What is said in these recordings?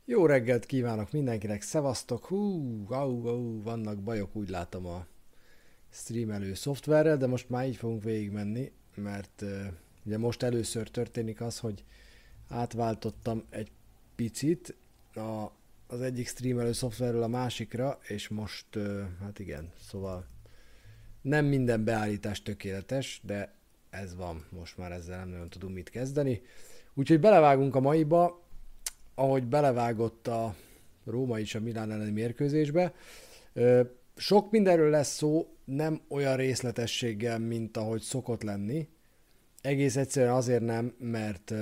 Jó reggelt kívánok mindenkinek, szevasztok! Vannak bajok, úgy látom a streamelő szoftverrel, de most már így fogunk végigmenni, mert ugye most először történik az, hogy átváltottam egy picit az egyik streamelő szoftverről a másikra, és most, hát igen, szóval nem minden beállítás tökéletes, de ez van, most már ezzel nem nagyon tudunk mit kezdeni. Úgyhogy belevágunk a maiba, ahogy belevágott a Róma is a Milán elleni mérkőzésbe. Sok mindenről lesz szó, nem olyan részletességgel, mint ahogy szokott lenni. Egész egyszerűen azért nem, mert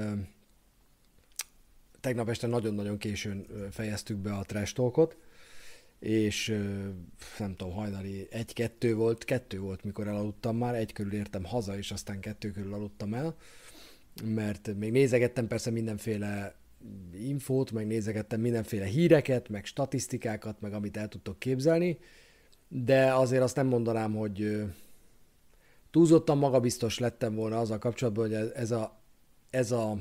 tegnap este nagyon-nagyon későn fejeztük be a trash talkot, és nem tudom, hajnali 1-2 volt, 2 volt, mikor elaludtam már, 1 körül értem haza, és aztán 2 körül aludtam el, mert még nézegettem persze mindenféle infót, meg nézegettem mindenféle híreket, meg statisztikákat, meg amit el tudtok képzelni, de azért azt nem mondanám, hogy túlzottan magabiztos lettem volna azzal kapcsolatban, hogy ez a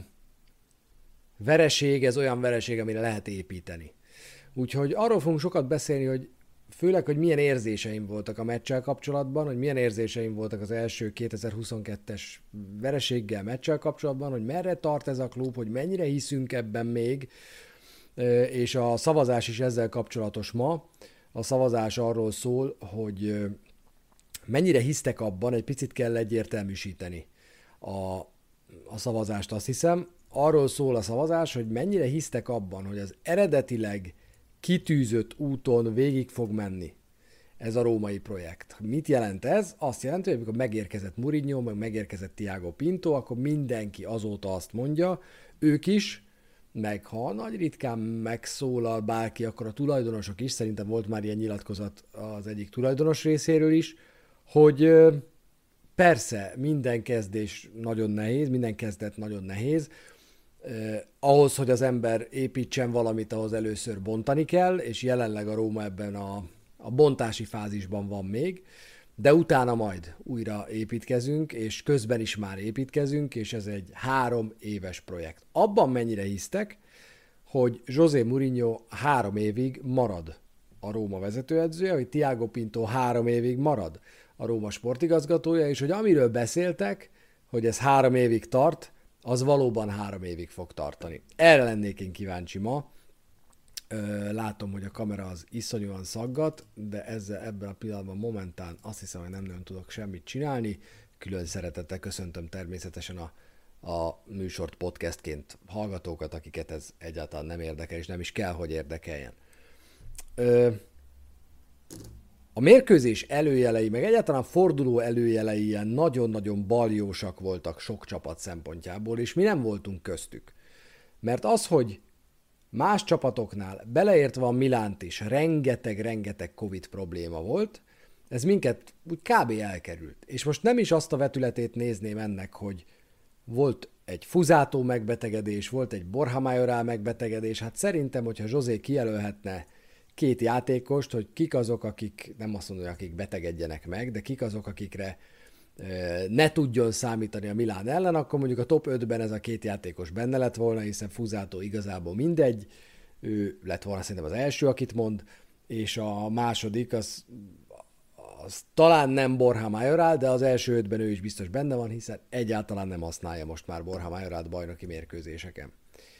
vereség, ez olyan vereség, amire lehet építeni. Úgyhogy arról fogunk sokat beszélni, hogy főleg, hogy milyen érzéseim voltak a meccsel kapcsolatban, hogy milyen érzéseim voltak az első 2022-es vereséggel, meccsel kapcsolatban, hogy merre tart ez a klub, hogy mennyire hiszünk ebben még, és a szavazás is ezzel kapcsolatos ma. A szavazás arról szól, hogy mennyire hisztek abban, egy picit kell egyértelműsíteni a szavazást, azt hiszem. Arról szól a szavazás, hogy mennyire hisztek abban, hogy az eredetileg kitűzött úton végig fog menni ez a római projekt. Mit jelent ez? Azt jelenti, hogy amikor megérkezett Mourinho, meg megérkezett Thiago Pinto, akkor mindenki azóta azt mondja, ők is, meg ha nagy ritkán megszólal bárki, akkor a tulajdonosok is, szerintem volt már ilyen nyilatkozat az egyik tulajdonos részéről is, hogy persze minden kezdés nagyon nehéz, minden kezdet nagyon nehéz, ahhoz, hogy az ember építsen valamit, ahhoz először bontani kell, és jelenleg a Róma ebben a bontási fázisban van még, de utána majd újra építkezünk, és közben is már építkezünk, és ez egy 3 éves projekt. Abban mennyire hisztek, hogy José Mourinho 3 évig marad a Róma vezetőedzője, hogy Thiago Pinto 3 évig marad a Róma sportigazgatója, és hogy amiről beszéltek, hogy ez 3 évig tart, az valóban 3 évig fog tartani. Erre lennék én kíváncsi ma. Látom, hogy a kamera az iszonyúan szaggat, de ebben a pillanatban momentán azt hiszem, hogy nem nagyon tudok semmit csinálni. Külön szeretettel köszöntöm természetesen a műsort podcastként hallgatókat, akiket ez egyáltalán nem érdekel, és nem is kell, hogy érdekeljen. A mérkőzés előjelei, meg egyáltalán forduló előjelei ilyen nagyon-nagyon baljósak voltak sok csapat szempontjából, és mi nem voltunk köztük. Mert az, hogy más csapatoknál, beleértve a Milánt is, rengeteg Covid probléma volt, ez minket úgy kb. Elkerült. És most nem is azt a vetületét nézném ennek, hogy volt egy Fusató megbetegedés, volt egy Borja Mayoral megbetegedés, hát szerintem, hogyha José kijelölhetne 2 játékost, hogy kik azok, akik, nem azt mondom, hogy akik betegedjenek meg, de kik azok, akikre ne tudjon számítani a Milán ellen, akkor mondjuk a top 5-ben ez a 2 játékos benne lett volna, hiszen Fusató igazából mindegy, ő lett volna szerintem az első, akit mond, és a második az talán nem Borja Mayoral, de az első 5-ben ő is biztos benne van, hiszen egyáltalán nem használja most már Borja Mayoralt bajnoki mérkőzéseken.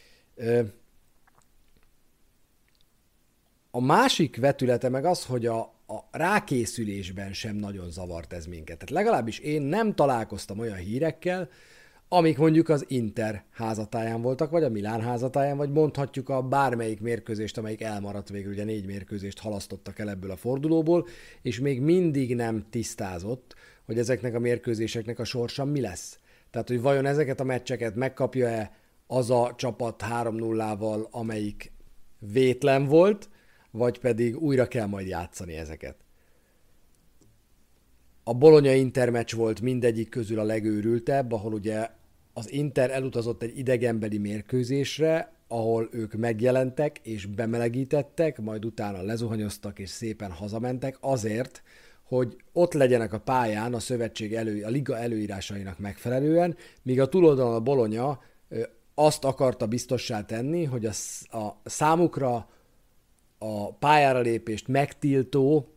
A másik vetülete meg az, hogy a rákészülésben sem nagyon zavart ez minket. Tehát legalábbis én nem találkoztam olyan hírekkel, amik mondjuk az Inter házatáján voltak, vagy a Milán házatáján, vagy mondhatjuk a bármelyik mérkőzést, amelyik elmaradt végül, ugye 4 mérkőzést halasztottak el ebből a fordulóból, és még mindig nem tisztázott, hogy ezeknek a mérkőzéseknek a sorsa mi lesz. Tehát, hogy vajon ezeket a meccseket megkapja-e az a csapat 3-0-val, amelyik vétlen volt, vagy pedig újra kell majd játszani ezeket. A Bologna-Inter meccs volt mindegyik közül a legőrültebb, ahol ugye az Inter elutazott egy idegenbeli mérkőzésre, ahol ők megjelentek és bemelegítettek, majd utána lezuhanyoztak és szépen hazamentek azért, hogy ott legyenek a pályán a szövetség a liga előírásainak megfelelően, míg a túloldalon a Bologna azt akarta biztossá tenni, hogy a számukra a pályára lépést megtiltó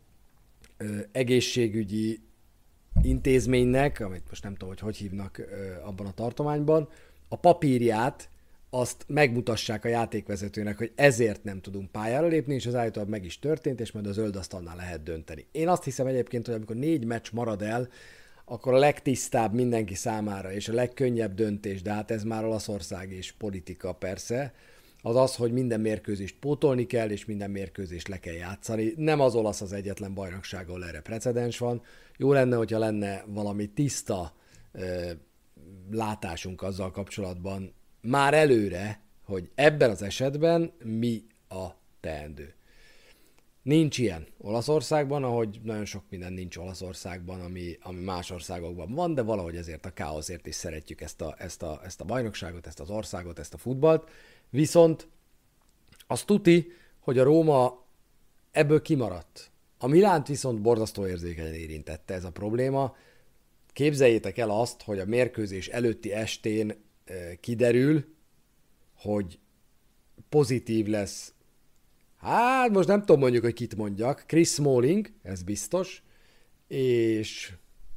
egészségügyi intézménynek, amit most nem tudom, hogy hívnak abban a tartományban, a papírját azt megmutassák a játékvezetőnek, hogy ezért nem tudunk pályára lépni, és az állítólag meg is történt, és majd a zöld asztalnál lehet dönteni. Én azt hiszem egyébként, hogy amikor 4 meccs marad el, akkor a legtisztább mindenki számára, és a legkönnyebb döntés, de hát ez már Olaszország és politika persze, az az, hogy minden mérkőzést pótolni kell, és minden mérkőzést le kell játszani. Nem az olasz az egyetlen bajnokság, ahol erre precedens van. Jó lenne, hogyha lenne valami tiszta látásunk azzal kapcsolatban már előre, hogy ebben az esetben mi a teendő. Nincs ilyen Olaszországban, ahogy nagyon sok minden nincs Olaszországban, ami más országokban van, de valahogy ezért a káoszért is szeretjük ezt a bajnokságot, ezt az országot, ezt a futballt. Viszont az tuti, hogy a Róma ebből kimaradt. A Milánt viszont borzasztó érzékenyen érintette ez a probléma. Képzeljétek el azt, hogy a mérkőzés előtti estén kiderül, hogy pozitív lesz. Hát most nem tudom mondjuk, hogy kit mondjak. Chris Smalling, ez biztos, és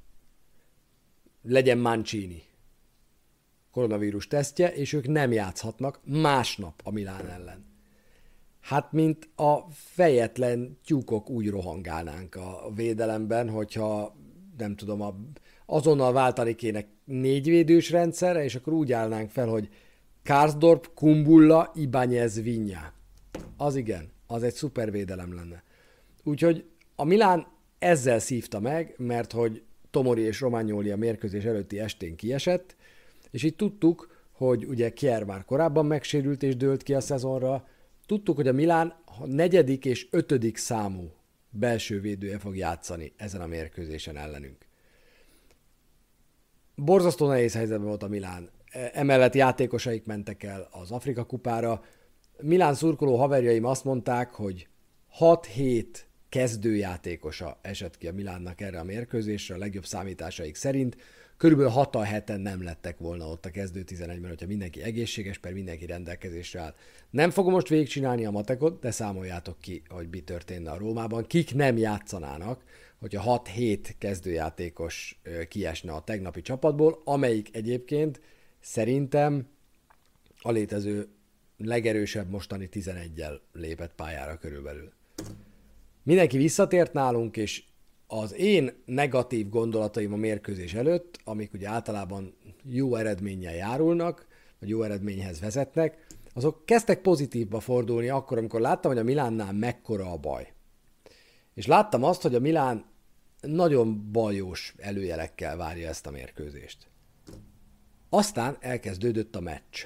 legyen Mancini koronavírus tesztje, és ők nem játszhatnak másnap a Milán ellen. Hát, mint a fejetlen tyúkok úgy rohangálnánk a védelemben, hogyha nem tudom, azonnal váltani kéne 4 védős rendszerre, és akkor úgy állnánk fel, hogy Karsdorp, Kumbulla, Ibanez, Vigna. Az igen, az egy szuper védelem lenne. Úgyhogy a Milán ezzel szívta meg, mert hogy Tomori és Romagnoli a mérkőzés előtti estén kiesett, és így tudtuk, hogy ugye Kjær már korábban megsérült és dőlt ki a szezonra, tudtuk, hogy a Milán a 4. és 5. számú belső védője fog játszani ezen a mérkőzésen ellenünk. Borzasztó nehéz helyzetben volt a Milán. Emellett játékosaik mentek el az Afrika kupára. Milán szurkoló haverjaim azt mondták, hogy 6-7 kezdőjátékosa esett ki a Milánnak erre a mérkőzésre, a legjobb számításaik szerint. Körülbelül 6-7-en nem lettek volna ott a kezdő 11-ben, hogyha mindenki egészséges, per mindenki rendelkezésre áll. Nem fogom most végigcsinálni a matekot, de számoljátok ki, hogy mi történne a Rómában. Kik nem játszanának, hogyha 6-7 kezdőjátékos kiesne a tegnapi csapatból, amelyik egyébként szerintem a létező legerősebb mostani 11-jel lépett pályára körülbelül. Mindenki visszatért nálunk, és az én negatív gondolataim a mérkőzés előtt, amik ugye általában jó eredménnyel járulnak, vagy jó eredményhez vezetnek, azok kezdtek pozitívba fordulni akkor, amikor láttam, hogy a Milánnál mekkora a baj. És láttam azt, hogy a Milán nagyon baljós előjelekkel várja ezt a mérkőzést. Aztán elkezdődött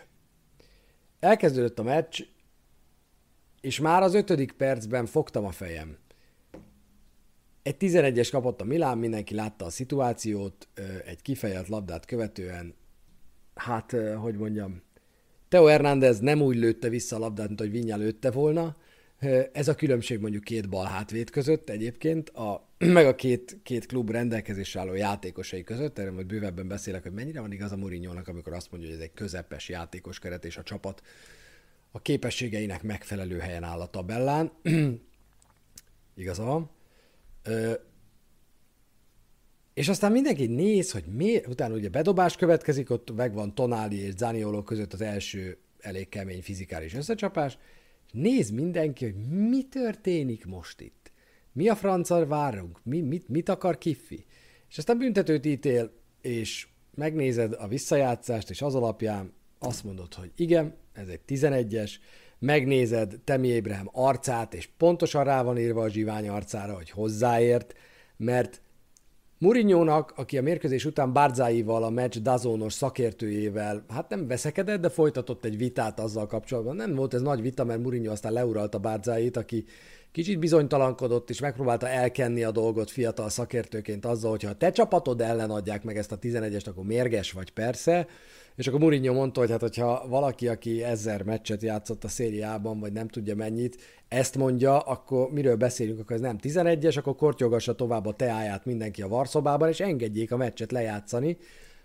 a meccs, és már az 5. percben fogtam a fejem. Egy 11-es kapott a Milán, mindenki látta a szituációt, egy kifejelt labdát követően, hát, hogy mondjam, Theo Hernández nem úgy lőtte vissza a labdát, mint hogy Vigna lőtte volna. Ez a különbség mondjuk 2 bal hátvéd között egyébként, meg a két klub rendelkezésre álló játékosai között, erről majd bővebben beszélek, hogy mennyire van igaz a Mourinhónak, amikor azt mondja, hogy ez egy közepes játékos keret, és a csapat a képességeinek megfelelő helyen áll a tabellán. Igaza van. És aztán mindenki néz, hogy miért, utána ugye bedobás következik, ott megvan Tonali és Zanioló között az első elég kemény fizikális összecsapás, és néz mindenki, hogy mi történik most itt. Mi a franccal várunk? Mit akar Kiffi? És aztán büntetőt ítél, és megnézed a visszajátszást, és az alapján azt mondod, hogy igen, ez egy 11-es, megnézed Tammy Abraham arcát, és pontosan rá van írva a zsivány arcára, hogy hozzáért, mert Mourinhónak, aki a mérkőzés után Barzáival, a meccs DAZN-os szakértőjével, hát nem veszekedett, de folytatott egy vitát azzal kapcsolatban. Nem volt ez nagy vita, mert Mourinho aztán leuralta Barzáit, aki kicsit bizonytalankodott, és megpróbálta elkenni a dolgot fiatal szakértőként azzal, hogyha a te csapatod ellen adják meg ezt a 11-est, akkor mérges vagy persze, és akkor Mourinho mondta, hogy hát, hogyha valaki, aki 1000 meccset játszott a szériában, vagy nem tudja mennyit, ezt mondja, akkor miről beszélünk, akkor ez nem 11-es, akkor kortyogassa tovább a teáját mindenki a varszobában, és engedjék a meccset lejátszani.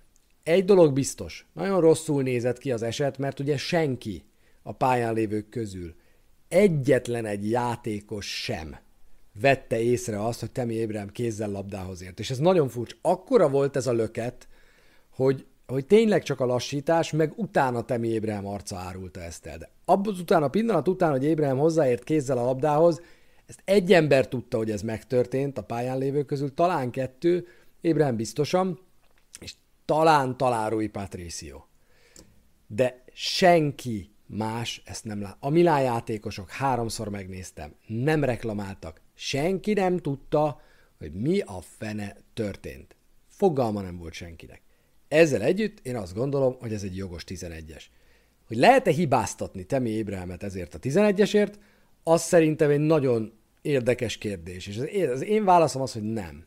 egy dolog biztos, nagyon rosszul nézett ki az eset, mert ugye senki a pályán lévők közül, egyetlen egy játékos sem vette észre azt, hogy Tammy Abraham kézzel labdához ért. És ez nagyon furcsa. Akkora volt ez a löket, hogy tényleg csak a lassítás, meg utána Tammy Abraham arca árulta ezt el. De abban utána, a pillanat után, hogy Abraham hozzáért kézzel a labdához, ezt egy ember tudta, hogy ez megtörtént a pályán lévők közül, talán kettő, Abraham biztosan, és talán Rui Patricio. De senki más ezt nem lát. A Milán játékosok, 3-szor megnéztem, nem reklamáltak. Senki nem tudta, hogy mi a fene történt. Fogalma nem volt senkinek. Ezzel együtt én azt gondolom, hogy ez egy jogos 11-es. Hogy lehet-e hibáztatni Tammy Abrahamet ezért a 11-esért, az szerintem egy nagyon érdekes kérdés. És az én válaszom az, hogy nem.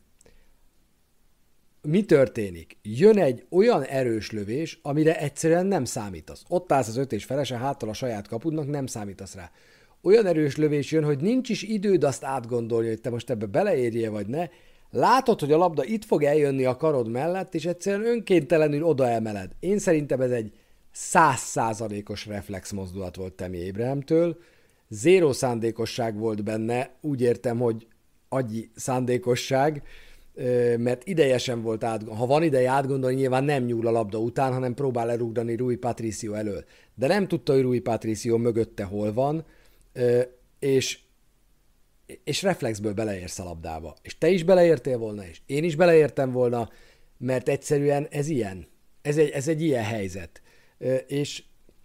Mi történik? Jön egy olyan erős lövés, amire egyszerűen nem számítasz. Ott állsz az 5 és felese háttal a saját kapudnak, nem számítasz rá. Olyan erős lövés jön, hogy nincs is időd azt átgondolni, hogy te most ebbe beleérje vagy ne. Látod, hogy a labda itt fog eljönni a karod mellett, és egyszerűen önkéntelenül oda emeled. Én szerintem ez egy 100%-os reflex mozdulat volt Tammy Abrahamtől. Zéró szándékosság volt benne, úgy értem, hogy agyi szándékosság, mert ideje sem volt ha van ideje átgondolni, nyilván nem nyúl a labda után, hanem próbál elugrani Rui Patricio elől. De nem tudta, hogy Rui Patricio mögötte hol van, és reflexből beleérsz a labdába. És te is beleértél volna, és én is beleértem volna, mert egyszerűen ez ilyen. Ez egy ilyen helyzet. És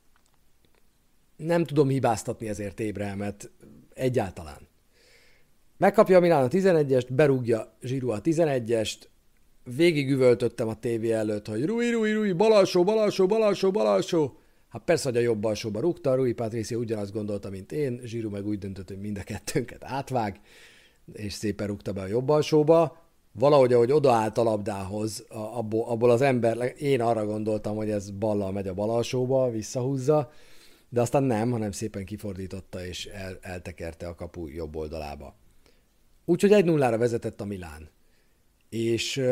nem tudom hibáztatni ezért Abrahamet egyáltalán. Megkapja a Milán a 11-est, berúgja Giroud a 11-est, végig üvöltöttem a tévé előtt, hogy Rui, bal alsó. Hát persze, hogy a jobb alsóba rúgta, Rui Patricio ugyanazt gondolta, mint én, Giroud meg úgy döntött, hogy mind a kettőnket átvág, és szépen rúgta be a jobb alsóba. Valahogy, ahogy odaállt a labdához, abból az ember, én arra gondoltam, hogy ez ballal megy a bal alsóba, visszahúzza, de aztán nem, hanem szépen kifordította, és eltekerte a kapu jobb oldalába. Úgyhogy 1-0-ra vezetett a Milán. És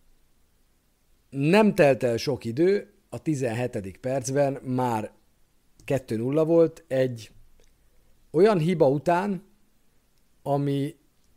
nem telt el sok idő, a 17. percben már 2-0 volt egy olyan hiba után, ami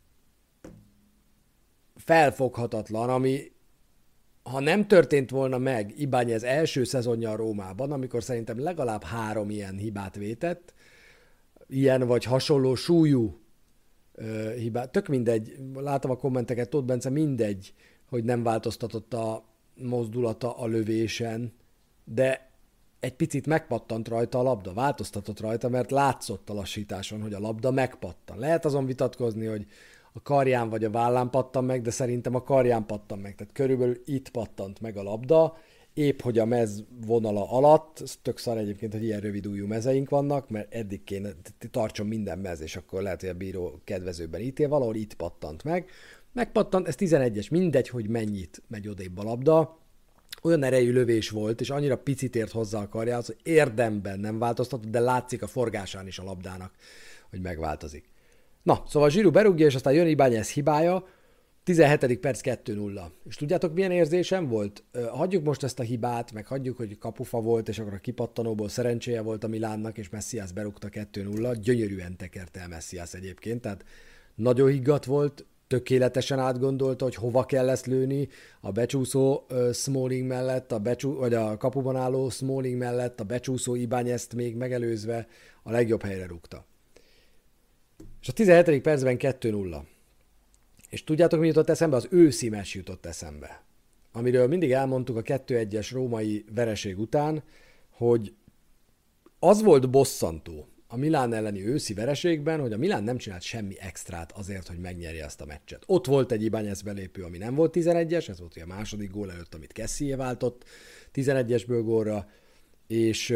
felfoghatatlan, ami ha nem történt volna meg Ibáñez első szezonja a Rómában, amikor szerintem legalább 3 ilyen hibát vétett, ilyen vagy hasonló súlyú hibát, tök mindegy, látom a kommenteket, Tóth Bence, mindegy, hogy nem változtatott a mozdulata a lövésen, de egy picit megpattant rajta a labda, változtatott rajta, mert látszott a lassításon, hogy a labda megpattan. Lehet azon vitatkozni, hogy a karján vagy a vállán pattan meg, de szerintem a karján pattan meg, tehát körülbelül itt pattant meg a labda, épp hogy a mez vonala alatt, ez tök szar egyébként, hogy ilyen rövid ujjú mezeink vannak, mert eddig kéne, tartson minden mez, és akkor lehet, hogy a bíró kedvezőben ítél, valahol itt pattant meg. Megpattant, ez 11-es, mindegy, hogy mennyit megy odébb a labda, olyan erejű lövés volt, és annyira picit ért hozzá a karjához, hogy érdemben nem változtatott, de látszik a forgásán is a labdának, hogy megváltozik. Na, szóval Giroud berúgja, és aztán jön Ibáñez hibája, 17. perc 2-0. És tudjátok, milyen érzésem volt? Hagyjuk most ezt a hibát, meg hagyjuk, hogy kapufa volt, és akkor a kipattanóból szerencséje volt a Milánnak, és Messias berúgta 2-0. Gyönyörűen tekert el Messias egyébként, tehát nagyon higgadt volt, tökéletesen átgondolta, hogy hova kell ezt lőni, a becsúszó Smalling mellett, vagy a kapuban álló Smalling mellett, a becsúszó Ibáñezt még megelőzve a legjobb helyre rúgta. És a 17. percben 2-0. És tudjátok, mi jutott eszembe? Az őszi meccs jutott eszembe. Amiről mindig elmondtuk a 2-1-es római vereség után, hogy az volt bosszantó a Milán elleni őszi vereségben, hogy a Milán nem csinált semmi extrát azért, hogy megnyerje ezt a meccset. Ott volt egy Ibáñez belépő, ami nem volt 11-es, ez volt a második gól előtt, amit Kessie váltott 11-esből gólra, és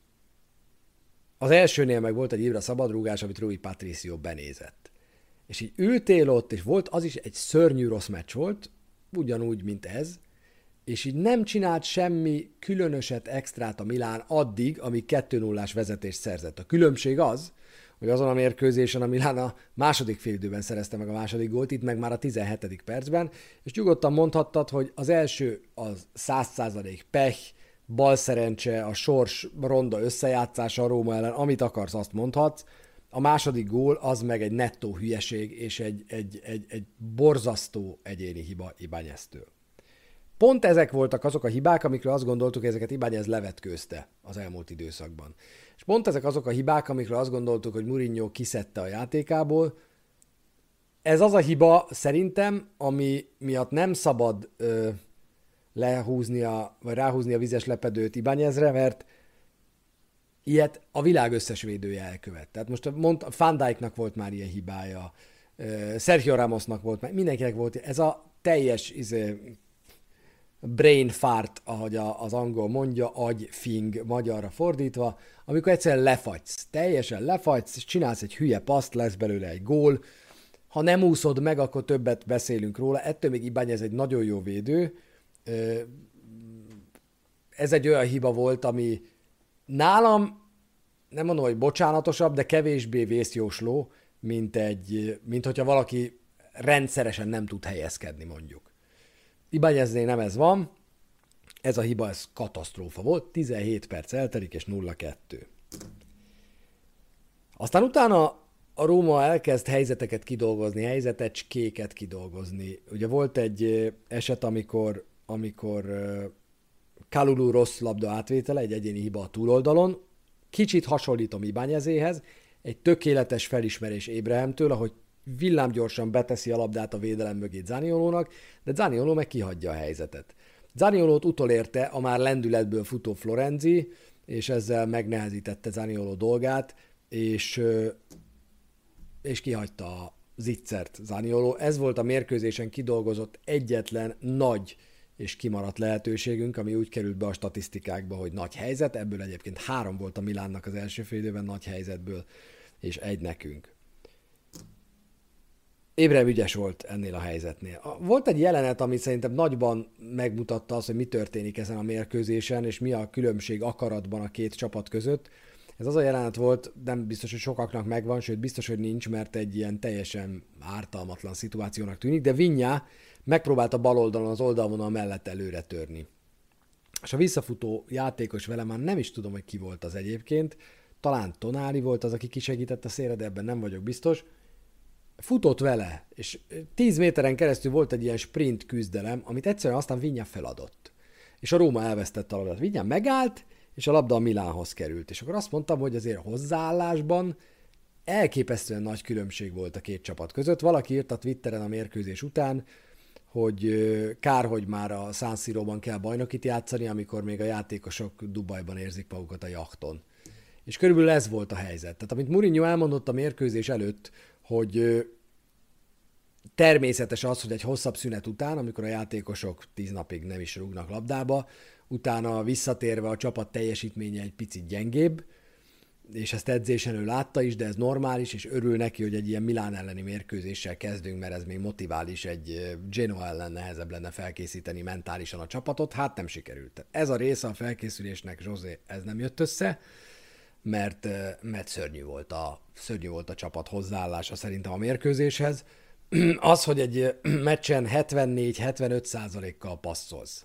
az elsőnél meg volt egy Ibra szabadrúgás, amit Rui Patricio benézett. És így ültél ott, és volt, az is egy szörnyű rossz meccs volt, ugyanúgy, mint ez, és így nem csinált semmi különöset, extrát a Milán addig, amíg 2-0-ás vezetést szerzett. A különbség az, hogy azon a mérkőzésen a Milán a második félidőben szerezte meg a második gólt, itt meg már a 17. percben, és nyugodtan mondhattad, hogy az első az 100% pech, balszerencse, a sors ronda összejátszása a Róma ellen, amit akarsz, azt mondhatsz. A második gól az meg egy nettó hülyeség és egy borzasztó egyéni hiba Ibáñeztől. Pont ezek voltak azok a hibák, amikről azt gondoltuk, hogy ezeket Ibáñez levetkőzte az elmúlt időszakban. És pont ezek azok a hibák, amikről azt gondoltuk, hogy Mourinho kiszedte a játékából. Ez az a hiba szerintem, ami miatt nem szabad ráhúzni a vizes lepedőt Ibáñezre, mert ilyet a világ összes védője elkövet. Tehát most Van Dijknak volt már ilyen hibája, Sergio Ramosnak volt már, mindenkinek volt. Ez a teljes brain fart, ahogy az angol mondja, agyfing magyarra fordítva, amikor egyszerűen lefagysz, teljesen lefagysz, és csinálsz egy hülye paszt, lesz belőle egy gól. Ha nem úszod meg, akkor többet beszélünk róla. Ettől még Ibáñez egy nagyon jó védő. Ez egy olyan hiba volt, ami nálam, nem mondom, hogy bocsánatosabb, de kevésbé vészjósló, mint hogyha valaki rendszeresen nem tud helyezkedni, mondjuk. Ibáñeznél nem ez van, ez a hiba, ez katasztrófa volt, 17 perc eltelik, és 0-2. Aztán utána a Róma elkezd helyzeteket kidolgozni, helyzetecskéket kidolgozni. Ugye volt egy eset, amikor Kalulu rossz labda átvétele, egy egyéni hiba a túloldalon, kicsit hasonlítom Ibáñezéhez, egy tökéletes felismerés Ébrahemtől, ahogy villámgyorsan beteszi a labdát a védelem mögé Zaniolónak, de Zanioló meg kihagyja a helyzetet. Zaniolót utolérte a már lendületből futó Florenzi, és ezzel megnehezítette Zanioló dolgát, és kihagyta a zicsert Zanioló. Ez volt a mérkőzésen kidolgozott egyetlen nagy és kimaradt lehetőségünk, ami úgy került be a statisztikákba, hogy nagy helyzet, ebből egyébként 3 volt a Milánnak az első fél időben nagy helyzetből, és 1 nekünk. Ébrahim ügyes volt ennél a helyzetnél. Volt egy jelenet, ami szerintem nagyban megmutatta azt, hogy mi történik ezen a mérkőzésen, és mi a különbség akaratban a két csapat között. Ez az a jelenet volt, nem biztos, hogy sokaknak megvan, sőt biztos, hogy nincs, mert egy ilyen teljesen ártalmatlan szituációnak tűnik, de Vinyá megpróbálta bal oldalon az oldalvonal mellett előre törni. És a visszafutó játékos vele, már nem is tudom, hogy ki volt az egyébként, talán Tonali volt az, aki kisegített a szélre, de ebben nem vagyok biztos, futott vele, és 10 méteren keresztül volt egy ilyen sprint küzdelem, amit egyszerűen aztán Vinyá feladott. És a Róma elvesztette a labdát. Vinyá megállt, és a labda a Milánhoz került. És akkor azt mondtam, hogy azért hozzáállásban elképesztően nagy különbség volt a két csapat között. Valaki írt a Twitteren a mérkőzés után, hogy kár, hogy már a San Siróban kell bajnokit játszani, amikor még a játékosok Dubajban érzik magukat a jachton. És körülbelül ez volt a helyzet. Tehát amit Mourinho elmondott a mérkőzés előtt, hogy természetes az, hogy egy hosszabb szünet után, amikor a játékosok 10 napig nem is rúgnak labdába, utána visszatérve a csapat teljesítménye egy picit gyengébb, és ezt edzésen ő látta is, de ez normális, és örül neki, hogy egy ilyen Milán elleni mérkőzéssel kezdünk, mert ez még motivál is, egy Genoa ellen nehezebb lenne felkészíteni mentálisan a csapatot, hát nem sikerült. Ez a része a felkészülésnek, José, ez nem jött össze, mert szörnyű volt a csapat hozzáállása szerintem a mérkőzéshez. Az, hogy egy meccsen 74-75%-kal passzolsz.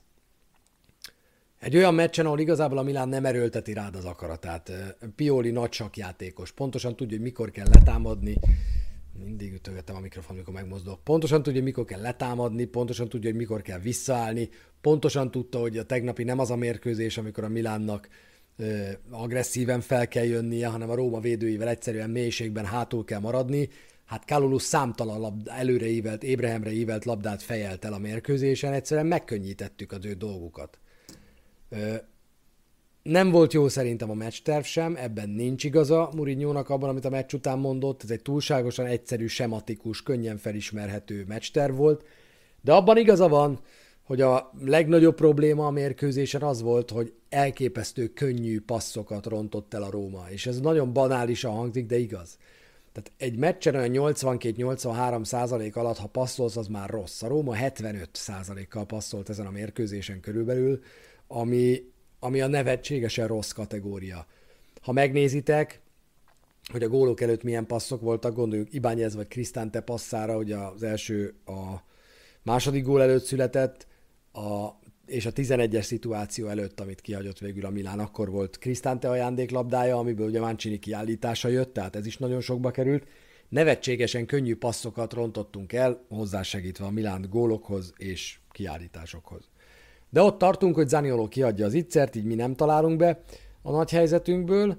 Egy olyan meccsen, ahol igazából a Milán nem erőlteti rád az akaratát. Pioli nagy sakjátékos, pontosan tudja, hogy mikor kell letámadni. Mindig ütögetem a mikrofon, amikor megmozdulok. Pontosan tudja, hogy mikor kell letámadni, pontosan tudja, hogy mikor kell visszaállni. Pontosan tudta, hogy a tegnapi nem az a mérkőzés, amikor a Milánnak agresszíven fel kell jönnie, hanem a Róma védőivel egyszerűen mélységben hátul kell maradni. Hát Kalulu számtalan előre ívelt, Ébrahemre ívelt labdát fejelt el a mérkőzésen, egyszerűen megkönnyítettük az ő dolgukat. Nem volt jó szerintem a meccsterv sem, ebben nincs igaza Mourinhónak abban, amit a meccs után mondott, ez egy túlságosan egyszerű, sematikus, könnyen felismerhető meccsterv volt, de abban igaza van, hogy a legnagyobb probléma a mérkőzésen az volt, hogy elképesztő könnyű passzokat rontott el a Róma, és ez nagyon banálisan hangzik, de igaz. Tehát egy meccsen olyan 82-83% alatt, ha passzolsz, az már rossz. A Róma 75%-kal passzolt ezen a mérkőzésen körülbelül, ami a nevetségesen rossz kategória. Ha megnézitek, hogy a gólok előtt milyen passzok voltak, gondoljuk Ibáñez vagy Cristante passzára, ugye az első a második gól előtt született, és a 11-es szituáció előtt, amit kihagyott végül a Milán, akkor volt Cristante ajándéklabdája, amiből ugye Mancini kiállítása jött, tehát ez is nagyon sokba került. Nevetségesen könnyű passzokat rontottunk el, hozzásegítve a Milán gólokhoz és kiállításokhoz. De ott tartunk, hogy Zanioló kiadja az ittszert, így mi nem találunk be a nagy helyzetünkből.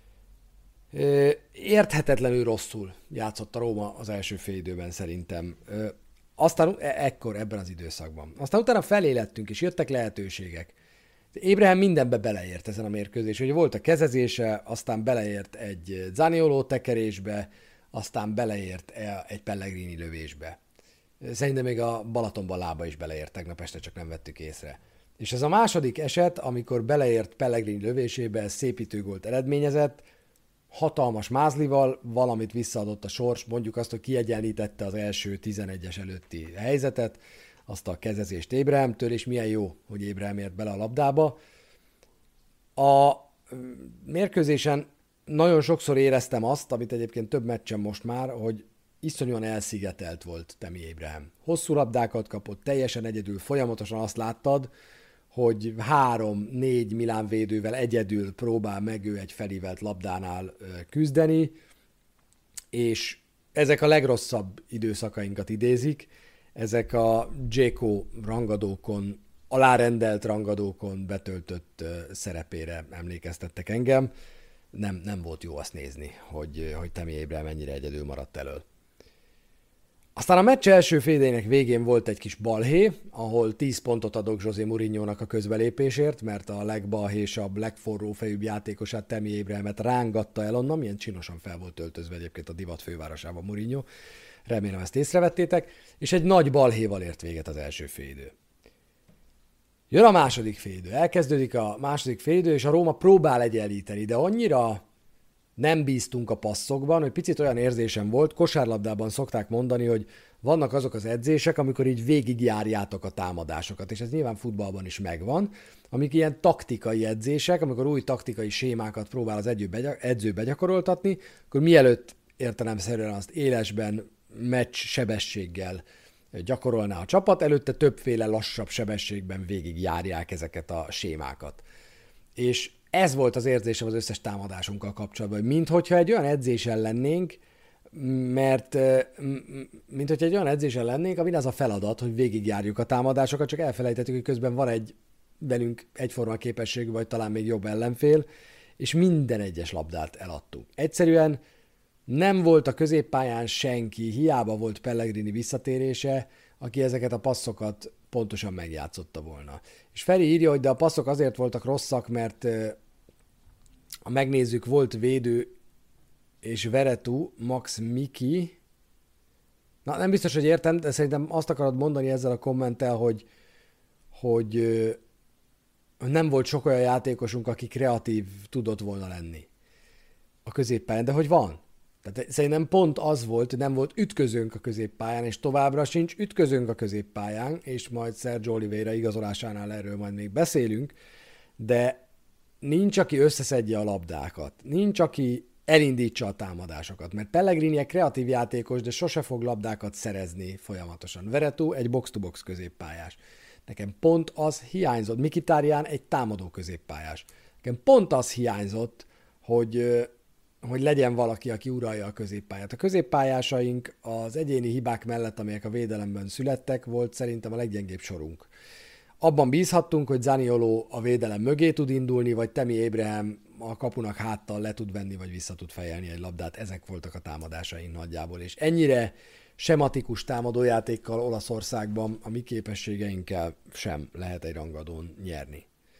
Érthetetlenül rosszul játszott a Róma az első fél időben szerintem. Aztán ekkor, ebben az időszakban. Aztán utána felélettünk, és jöttek lehetőségek. Ébrahim mindenbe beleért ezen a mérkőzésen. Ugye volt a kezezése, aztán beleért egy Zanioló tekerésbe, aztán beleért egy Pellegrini lövésbe. Szerintem még a Balatonban lába is beleért tegnap este, csak nem vettük észre. És ez a második eset, amikor beleért Pellegrini lövésébe, szépítőgólt eredményezett, hatalmas mázlival valamit visszaadott a sors, mondjuk azt, hogy kiegyenlítette az első 11-es előtti helyzetet, azt a kezezést Ébrahimtől, és milyen jó, hogy Ébrahim ért bele a labdába. A mérkőzésen nagyon sokszor éreztem azt, amit egyébként több meccsen most már, hogy iszonyúan elszigetelt volt Tammy Abraham. Hosszú labdákat kapott, teljesen egyedül, folyamatosan azt láttad, hogy 3-4 Milán védővel egyedül próbál meg ő egy felívelt labdánál küzdeni, és ezek a legrosszabb időszakainkat idézik, ezek a Dzeko rangadókon, alárendelt rangadókon betöltött szerepére emlékeztettek engem. Nem volt jó azt nézni, hogy Tammy Abraham mennyire egyedül maradt elől. Aztán a meccs első fél végén volt egy kis balhé, ahol 10 pontot adok José Mourinho-nak a közbelépésért, mert a legbalhésabb, legforrófejűbb játékosát, Tammy Abrahamet rángatta el onnan, milyen csinosan fel volt öltözve egyébként a divat fővárosában Mourinho. Remélem ezt észrevettétek, és egy nagy balhéval ért véget az első félidő. Jön a második félidő, elkezdődik a második félidő, és a Róma próbál egyenlíteni, de annyira nem bíztunk a passzokban, hogy picit olyan érzésem volt, kosárlabdában szokták mondani, hogy vannak azok az edzések, amikor így végigjárjátok a támadásokat, és ez nyilván futballban is megvan, amik ilyen taktikai edzések, amikor új taktikai sémákat próbál az edző begyakoroltatni, akkor mielőtt értelemszerűen azt élesben, meccs sebességgel gyakorolná a csapat, előtte többféle lassabb sebességben végigjárják ezeket a sémákat. És ez volt az érzésem az összes támadásunkkal kapcsolatban, hogy minthogyha egy olyan edzésen lennénk, amin az a feladat, hogy végigjárjuk a támadásokat, csak elfelejtettük, hogy közben van egy velünk egyforma képességű, vagy talán még jobb ellenfél, és minden egyes labdát eladtuk. Egyszerűen nem volt a középpályán senki, hiába volt Pellegrini visszatérése, aki ezeket a passzokat pontosan megjátszotta volna. És Feri írja, hogy de a passzok azért voltak rosszak, mert ha megnézzük, volt védő és Veretout, Max Miki. Na, nem biztos, hogy értem, de szerintem azt akarod mondani ezzel a kommenttel, hogy nem volt sok olyan játékosunk, aki kreatív tudott volna lenni a középpályán, de hogy van? Tehát szerintem pont az volt, hogy nem volt ütközőnk a középpályán, és továbbra sincs ütközőnk a középpályán, és majd Sergio Oliveira igazolásánál erről majd még beszélünk, de nincs, aki összeszedje a labdákat, nincs, aki elindítsa a támadásokat, mert Pellegrini egy kreatív játékos, de sose fog labdákat szerezni folyamatosan. Veretout egy box-to-box középpályás. Nekem pont az hiányzott, Mkhitaryan egy támadó középpályás. Nekem pont az hiányzott, hogy legyen valaki, aki uralja a középpályát. A középpályásaink az egyéni hibák mellett, amelyek a védelemben születtek, volt szerintem a leggyengébb sorunk. Abban bízhattunk, hogy Zanioló a védelem mögé tud indulni, vagy Tammy Abraham a kapunak háttal le tud venni, vagy vissza tud fejelni egy labdát. Ezek voltak a támadásaink nagyjából, és ennyire sematikus támadójátékkal Olaszországban a mi képességeinkkel sem lehet egy rangadón nyerni.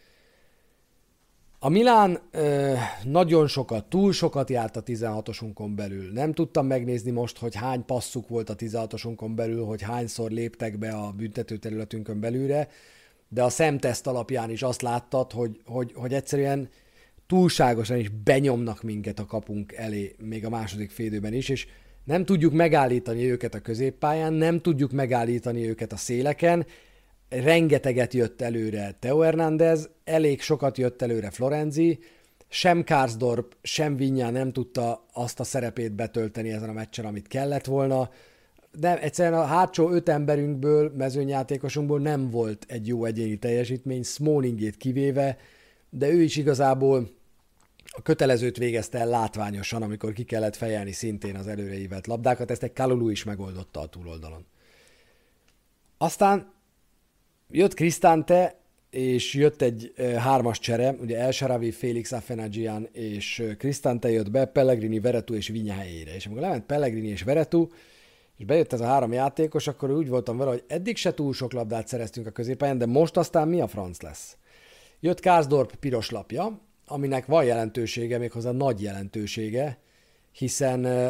A Milán nagyon sokat, túl sokat járt a 16-osunkon belül. Nem tudtam megnézni most, hogy hány passzuk volt a 16-osunkon belül, hogy hányszor léptek be a büntetőterületünkön belülre, de a szemteszt alapján is azt láttad, hogy egyszerűen túlságosan is benyomnak minket a kapunk elé, még a második félidőben is, és nem tudjuk megállítani őket a középpályán, nem tudjuk megállítani őket a széleken, rengeteget jött előre Theo Hernández, elég sokat jött előre Florenzi, sem Karsdorp, sem Vinyá nem tudta azt a szerepét betölteni ezen a meccsen, amit kellett volna. De egyszerűen a hátsó 5 emberünkből, mezőnyjátékosunkból nem volt egy jó egyéni teljesítmény, Smallingét kivéve, de ő is igazából a kötelezőt végezte el látványosan, amikor ki kellett fejelni szintén az előreívelt labdákat, ezt egy Kalulu is megoldotta a túloldalon. Aztán jött Cristante, és jött egy 3-as csere, ugye El Shaarawy, Félix Afenagian és Cristante jött be, Pellegrini, Veretout és Vinyá helyére. És amikor lement Pellegrini és Veretout, és bejött ez a 3 játékos, akkor úgy voltam vele, hogy eddig se túl sok labdát szereztünk a középpályán, de most aztán mi a franc lesz? Jött Karsdorp piros lapja, aminek van jelentősége, méghozzá nagy jelentősége, hiszen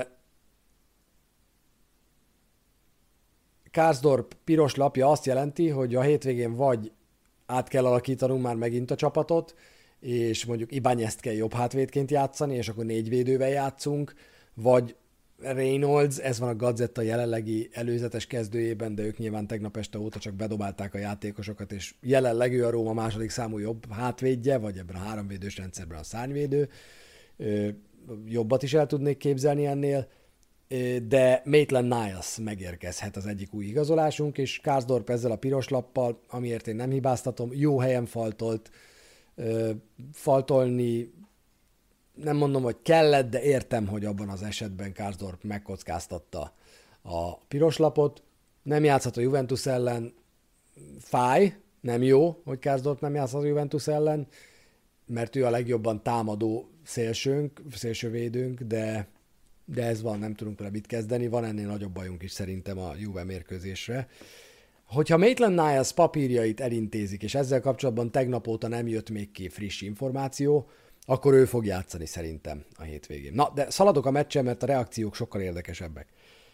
Karsdorp piros lapja azt jelenti, hogy a hétvégén vagy át kell alakítanunk már megint a csapatot, és mondjuk Ibáñezt kell jobb hátvédként játszani, és akkor 4 védővel játszunk, vagy Reynolds, ez van a Gazetta jelenlegi előzetes kezdőjében, de ők nyilván tegnap este óta csak bedobálták a játékosokat, és jelenleg ő a Róma második számú jobb hátvédje, vagy ebben a 3-védős rendszerben a szárnyvédő. Jobbat is el tudnék képzelni ennél, de Maitland-Niles megérkezhet az egyik új igazolásunk, és Karsdorp ezzel a piros lappal, amiért én nem hibáztatom, jó helyen faltolt, faltolni nem mondom, hogy kellett, de értem, hogy abban az esetben Karsdorp megkockáztatta a piros lapot. Nem játszhat a Juventus ellen, fáj, nem jó, hogy Karsdorp nem játszhat a Juventus ellen, mert ő a legjobban támadó szélsővédőnk, de ez van, nem tudunk vele mit kezdeni, van ennél nagyobb bajunk is szerintem a Juve mérkőzésre. Hogyha Maitland-Niles papírjait elintézik, és ezzel kapcsolatban tegnap óta nem jött még ki friss információ, akkor ő fog játszani szerintem a hétvégén. Na, de szaladok a meccsen, mert a reakciók sokkal érdekesebbek.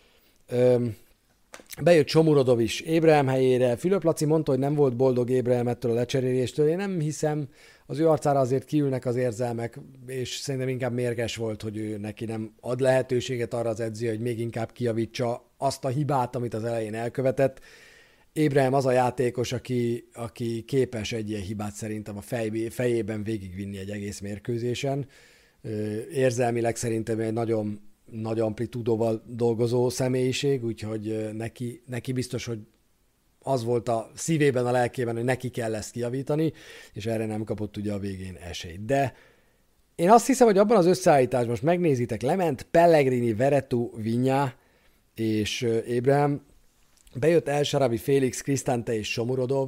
Bejött Shomurodov is Ébrahim helyére. Fülöp Laci mondta, hogy nem volt boldog Ébrahim ettől a lecseréléstől. Én nem hiszem, az ő arcára azért kiülnek az érzelmek, és szerintem inkább mérges volt, hogy ő neki nem ad lehetőséget arra az edző, hogy még inkább kijavítsa azt a hibát, amit az elején elkövetett. Ébrahim az a játékos, aki képes egy ilyen hibát szerintem a fejében végigvinni egy egész mérkőzésen. Érzelmileg szerintem egy nagyon nagy amplitúdóval dolgozó személyiség, úgyhogy neki biztos, hogy az volt a szívében, a lelkében, hogy neki kell ezt kijavítani, és erre nem kapott ugye a végén esélyt. De én azt hiszem, hogy abban az összeállításban, most megnézitek, lement Pellegrini, Veretout, Vinyá és Ébrahim, bejött El Shaarawy, Félix, Cristante és Shomurodov.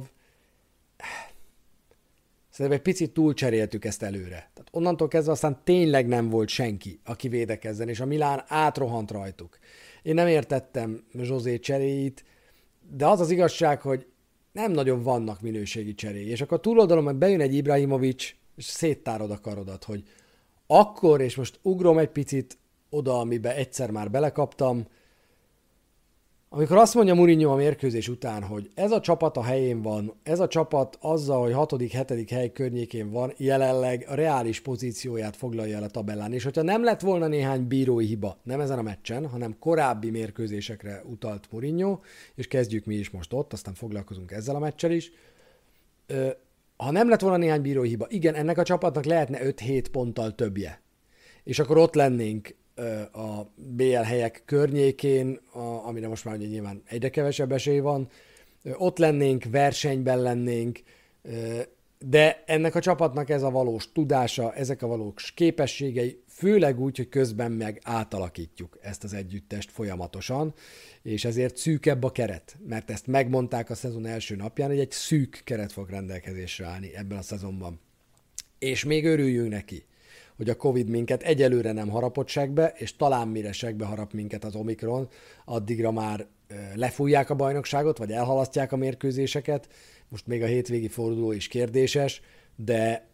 Szerintem egy picit túlcseréltük ezt előre. Tehát onnantól kezdve aztán tényleg nem volt senki, aki védekezzen, és a Milán átrohant rajtuk. Én nem értettem José cseréit, de az az igazság, hogy nem nagyon vannak minőségi cseréi. És akkor túloldalon meg bejön egy Ibrahimovic, és széttárod a karodat, hogy akkor, és most ugrom egy picit oda, amiben egyszer már belekaptam, amikor azt mondja Mourinho a mérkőzés után, hogy ez a csapat a helyén van, ez a csapat azzal, hogy 6.-7. hely környékén van, jelenleg a reális pozícióját foglalja el a tabellán, és hogyha nem lett volna néhány bírói hiba, nem ezen a meccsen, hanem korábbi mérkőzésekre utalt Mourinho, és kezdjük mi is most ott, aztán foglalkozunk ezzel a meccsel is. Ha nem lett volna néhány bírói hiba, igen, ennek a csapatnak lehetne 5-7 ponttal többje. És akkor ott lennénk a BL helyek környékén, amire most már ugye nyilván egyre kevesebb esély van, ott lennénk, versenyben lennénk, de ennek a csapatnak ez a valós tudása, ezek a valós képességei, főleg úgy, hogy közben meg átalakítjuk ezt az együttest folyamatosan, és ezért szűkebb a keret, mert ezt megmondták a szezon első napján, hogy egy szűk keret fog rendelkezésre állni ebben a szezonban. És még örüljünk neki, hogy a Covid minket egyelőre nem harapott segbe, és talán mire segbe harap minket az Omikron, addigra már lefújják a bajnokságot, vagy elhalasztják a mérkőzéseket. Most még a hétvégi forduló is kérdéses, de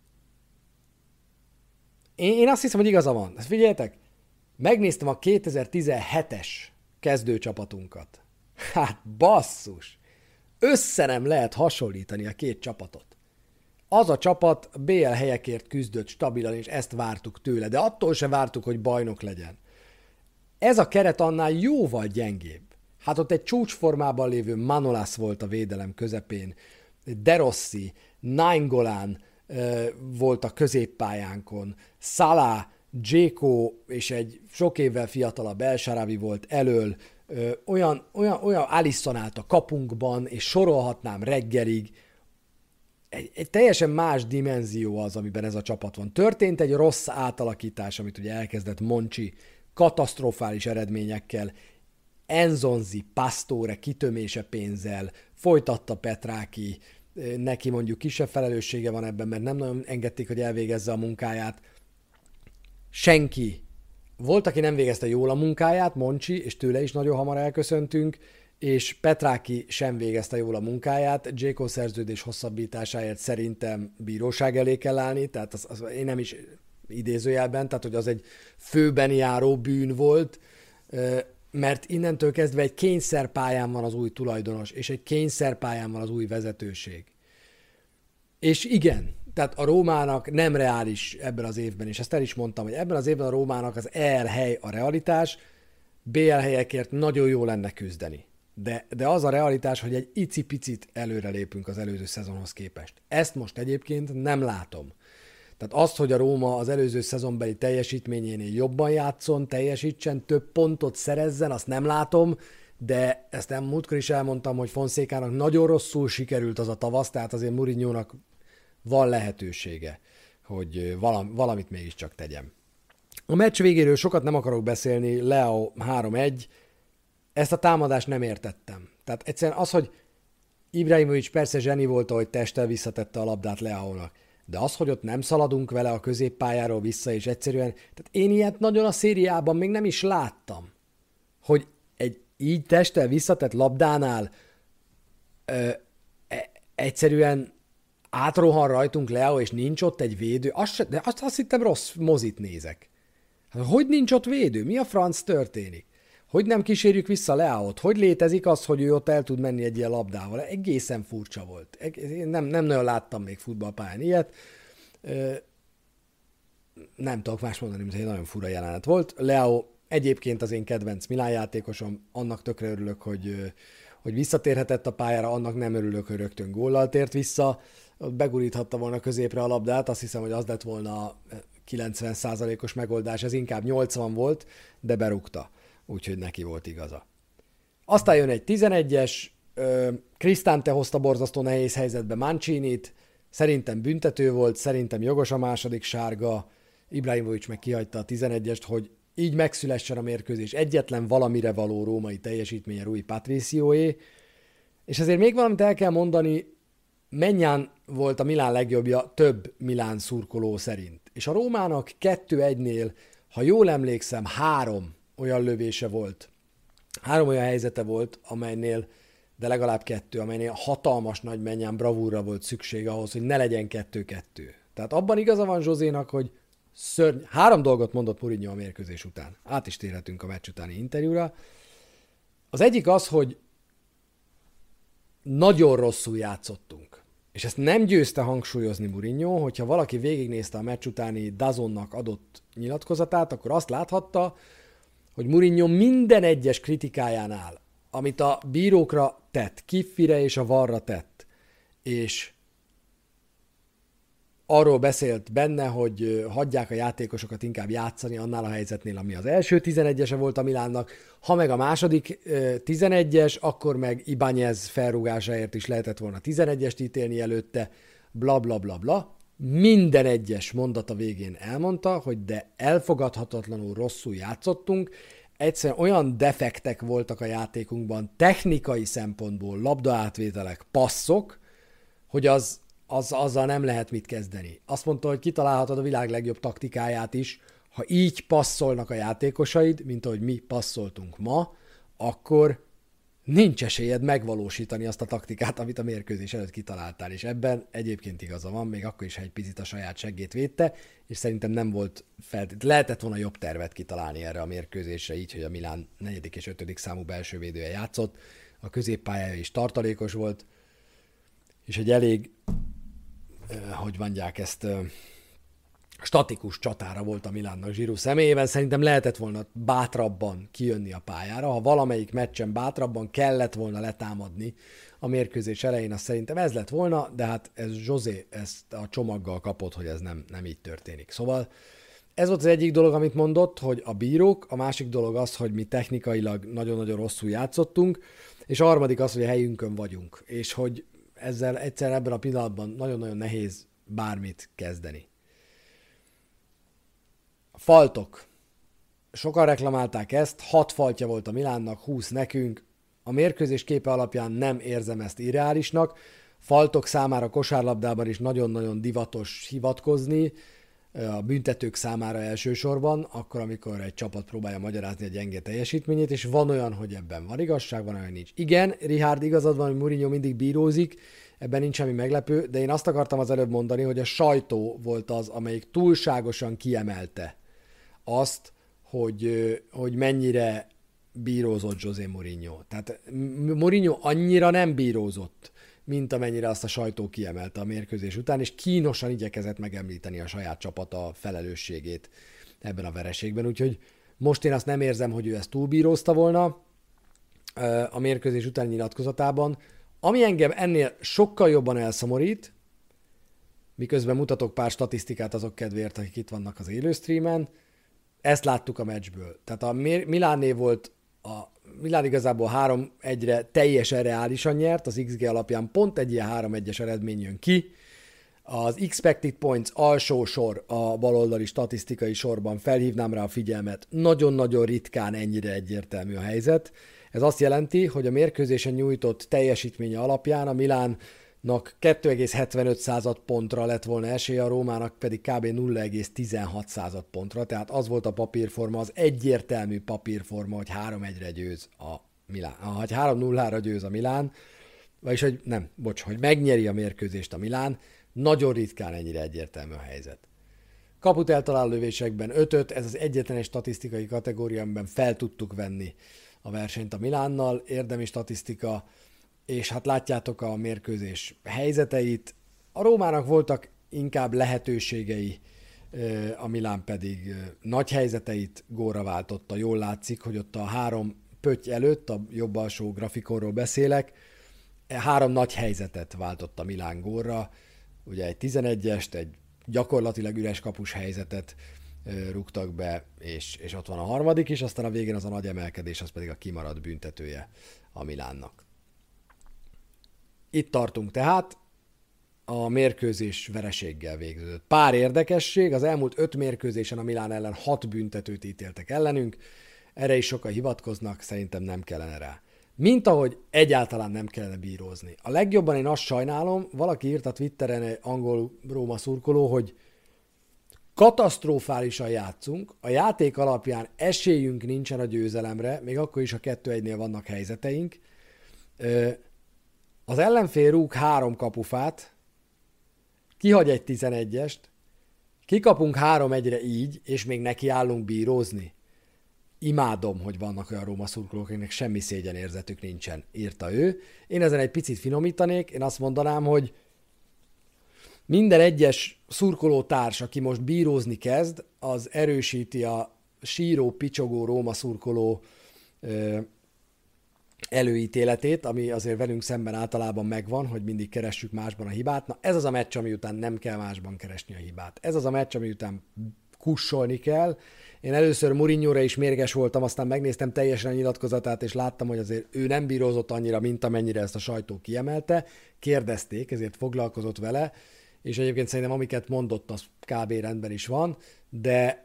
én azt hiszem, hogy igaza van. Ezt figyeljetek, megnéztem a 2017-es kezdőcsapatunkat. Hát basszus! Össze nem lehet hasonlítani a két csapatot. Az a csapat BL helyekért küzdött stabilan, és ezt vártuk tőle, de attól se vártuk, hogy bajnok legyen. Ez a keret annál jóval gyengébb. Hát ott egy csúcsformában lévő Manolas volt a védelem közepén, De Rossi, Nainggolan, volt a középpályánkon. Salah, Dzeko és egy sok évvel fiatalabb El Shaarawy volt elől, olyan Alisson állt a kapunkban, és sorolhatnám reggelig. Egy teljesen más dimenzió az, amiben ez a csapat van. Történt egy rossz átalakítás, amit ugye elkezdett Monchi, katasztrofális eredményekkel, Enzonzi, Pastore kitömése pénzzel, folytatta Petráki, neki mondjuk kisebb felelőssége van ebben, mert nem nagyon engedték, hogy elvégezze a munkáját. Senki. Volt, aki nem végezte jól a munkáját, Monchi, és tőle is nagyon hamar elköszöntünk, és Petráki sem végezte jól a munkáját. Dzeko szerződés hosszabbításáért szerintem bíróság elé kell állni, tehát az én nem is idézőjelben, tehát hogy az egy főben járó bűn volt, mert innentől kezdve egy kényszerpályán van az új tulajdonos, és egy kényszerpályán van az új vezetőség. És igen, tehát a Rómának nem reális ebben az évben, és ezt el is mondtam, hogy ebben az évben a Rómának az EL hely a realitás, BL helyekért nagyon jó lenne küzdeni. De az a realitás, hogy egy icipicit előrelépünk az előző szezonhoz képest. Ezt most egyébként nem látom. Tehát azt, hogy a Róma az előző szezonbeli teljesítményénél jobban játszon, teljesítsen, több pontot szerezzen, azt nem látom, de ezt múltkor is elmondtam, hogy Fonszékának nagyon rosszul sikerült az a tavasz, tehát azért Mourinhónak van lehetősége, hogy valamit mégiscsak tegyem. A meccs végéről sokat nem akarok beszélni, Leao 3-1, ezt a támadást nem értettem. Tehát egyszerűen az, hogy Ibrahimovic persze zseni volt, ahogy testtel visszatette a labdát Leaónak, de az, hogy ott nem szaladunk vele a középpályáról vissza, és egyszerűen, tehát én ilyet nagyon a szériában még nem is láttam, hogy egy így testtel visszatett labdánál egyszerűen átrohan rajtunk Leao, és nincs ott egy védő, de azt hittem rossz mozit nézek. Hogy nincs ott védő? Mi a franc történik? Hogy nem kísérjük vissza Leaót? Hogy létezik az, hogy ő ott el tud menni egy ilyen labdával? Egészen furcsa volt. Én nem nagyon láttam még futballpályán ilyet. Nem tudok más mondani, mint egy nagyon fura jelenet volt. Leao egyébként az én kedvenc Milán játékosom, annak tökre örülök, hogy visszatérhetett a pályára, annak nem örülök, hogy rögtön góllal tért vissza. Beguríthatta volna középre a labdát, azt hiszem, hogy az lett volna a 90%-os megoldás, ez inkább 80 volt, de berúgta. Úgyhogy neki volt igaza. Aztán jön egy 11-es, Cristante hozta borzasztó nehéz helyzetbe Mancinit, szerintem büntető volt, szerintem jogos a második sárga, Ibrahimovic meg kihagyta a 11-est, hogy így megszülessen a mérkőzés egyetlen valamire való római teljesítménye Rui Patricióé, és ezért még valamit el kell mondani, Maignan volt a Milán legjobbja több Milán szurkoló szerint. És a Rómának 2-1-nél, ha jól emlékszem, 3 olyan lövése volt, 3 olyan helyzete volt, amelynél, de legalább 2, amelynél hatalmas nagy Maignan bravúrra volt szükség ahhoz, hogy ne legyen 2-2. Tehát abban igaza van Josénak, hogy 3 dolgot mondott Mourinho a mérkőzés után. Át is térhetünk a meccs utáni interjúra. Az egyik az, hogy nagyon rosszul játszottunk. És ezt nem győzte hangsúlyozni Mourinho, hogyha valaki végignézte a meccs utáni DAZN-nak adott nyilatkozatát, akkor azt láthatta, hogy Mourinho minden egyes kritikájánál, amit a bírókra tett, Kiffire és a VAR-ra tett, és arról beszélt benne, hogy hagyják a játékosokat inkább játszani annál a helyzetnél, ami az első 11-ese volt a Milánnak. Ha meg a második 11-es, akkor meg Ibáñez felrúgásáért is lehetett volna 11-est ítélni előtte, bla bla bla bla. Minden egyes mondata végén elmondta, hogy de elfogadhatatlanul rosszul játszottunk, egyszerűen olyan defektek voltak a játékunkban, technikai szempontból, labdaátvételek, passzok, hogy azzal nem lehet mit kezdeni. Azt mondta, hogy kitalálhatod a világ legjobb taktikáját is, ha így passzolnak a játékosaid, mint ahogy mi passzoltunk ma, akkor nincs esélyed megvalósítani azt a taktikát, amit a mérkőzés előtt kitaláltál, és ebben egyébként igaza van, még akkor is, ha egy picit a saját seggét védte, és szerintem nem volt lehetett volna jobb tervet kitalálni erre a mérkőzésre, így, hogy a Milán 4. és 5. számú belső védője játszott, a középpályája is tartalékos volt, és egy elég, hogy mondják ezt, statikus csatára volt a Milánnak Giroud személyében. Szerintem lehetett volna bátrabban kijönni a pályára. Ha valamelyik meccsen bátrabban kellett volna letámadni a mérkőzés elején, azt szerintem ez lett volna, de hát ez José ezt a csomaggal kapott, hogy ez nem így történik. Szóval ez volt az egyik dolog, amit mondott, hogy a bírók, a másik dolog az, hogy mi technikailag nagyon-nagyon rosszul játszottunk, és a harmadik az, hogy a helyünkön vagyunk, és hogy ezzel egyszer ebben a pillanatban nagyon-nagyon nehéz bármit kezdeni. Faltok. Sokan reklamálták ezt, 6 faltja volt a Milánnak, 20 nekünk. A mérkőzés képe alapján nem érzem ezt irreálisnak. Faltok számára kosárlabdában is nagyon-nagyon divatos hivatkozni, a büntetők számára elsősorban, akkor, amikor egy csapat próbálja magyarázni a gyenge teljesítményét, és van olyan, hogy ebben van igazság, van olyan, nincs. Igen, Richard, igazad van, hogy Mourinho mindig bírózik, ebben nincs semmi meglepő, de én azt akartam az előbb mondani, hogy a sajtó volt az, amelyik túlságosan kiemelte azt, hogy mennyire bírózott José Mourinho. Tehát Mourinho annyira nem bírózott, mint amennyire azt a sajtó kiemelte a mérkőzés után, és kínosan igyekezett megemlíteni a saját csapata felelősségét ebben a vereségben. Úgyhogy most én azt nem érzem, hogy ő ezt túlbírózta volna a mérkőzés utáni nyilatkozatában. Ami engem ennél sokkal jobban elszomorít, miközben mutatok pár statisztikát azok kedvéért, akik itt vannak az élőstreamen, ezt láttuk a meccsből. Tehát a Milánné volt, a Milán igazából 3-1-re teljesen reálisan nyert, az XG alapján pont egy ilyen 3-1-es eredmény jön ki. Az expected points alsó sor a baloldali statisztikai sorban, felhívnám rá a figyelmet, nagyon-nagyon ritkán ennyire egyértelmű a helyzet. Ez azt jelenti, hogy a mérkőzésen nyújtott teljesítménye alapján a Milánnak 2,75 pontra lett volna esélye, a Rómának pedig kb. 0,16 pontra, tehát az volt a papírforma, az egyértelmű papírforma, hogy 3-1-re győz a Milán, hogy 3-0-ra győz a Milán, vagyis hogy megnyeri a mérkőzést a Milán, nagyon ritkán ennyire egyértelmű a helyzet. Kaput eltaláló lövésekben 5-5, ez az egyetlen egy statisztikai kategória, amiben fel tudtuk venni a versenyt a Milánnal, érdemi statisztika, és hát látjátok a mérkőzés helyzeteit. A Rómának voltak inkább lehetőségei, a Milán pedig nagy helyzeteit gólra váltotta. Jól látszik, hogy ott a 3 pötty előtt, a jobb alsó grafikonról beszélek, 3 nagy helyzetet váltott a Milán gólra. Ugye egy 11-est, egy gyakorlatilag üres kapus helyzetet rúgtak be, és ott van a harmadik is, aztán a végén az a nagy emelkedés, az pedig a kimaradt büntetője a Milánnak. Itt tartunk tehát, a mérkőzés vereséggel végződött. Pár érdekesség, az elmúlt 5 mérkőzésen a Milán ellen 6 büntetőt ítéltek ellenünk, erre is sokan hivatkoznak, szerintem nem kellene rá. Mint ahogy egyáltalán nem kellene bírózni. A legjobban én azt sajnálom, valaki írt a Twitteren, egy angol Róma szurkoló, hogy katasztrofálisan játszunk, a játék alapján esélyünk nincsen a győzelemre, még akkor is a 2-1-nél vannak helyzeteink. Az ellenfél rúg 3 kapufát, kihagy egy 11-est, kikapunk 3-1-re így, és még nekiállunk bírózni. Imádom, hogy vannak olyan Róma szurkolók, akiknek semmi szégyenérzetük nincsen, írta ő. Én ezen egy picit finomítanék, én azt mondanám, hogy minden egyes szurkolótárs, aki most bírózni kezd, az erősíti a síró, picsogó Róma szurkoló előítéletét, ami azért velünk szemben általában megvan, hogy mindig keressük másban a hibát. Na, ez az a meccs, ami után nem kell másban keresni a hibát. Ez az a meccs, ami után kussolni kell. Én először Mourinho-ra is mérges voltam, aztán megnéztem teljesen a nyilatkozatát, és láttam, hogy azért ő nem bírózott annyira, mint amennyire ezt a sajtó kiemelte. Kérdezték, ezért foglalkozott vele, és egyébként szerintem amiket mondott, az kb. Rendben is van, de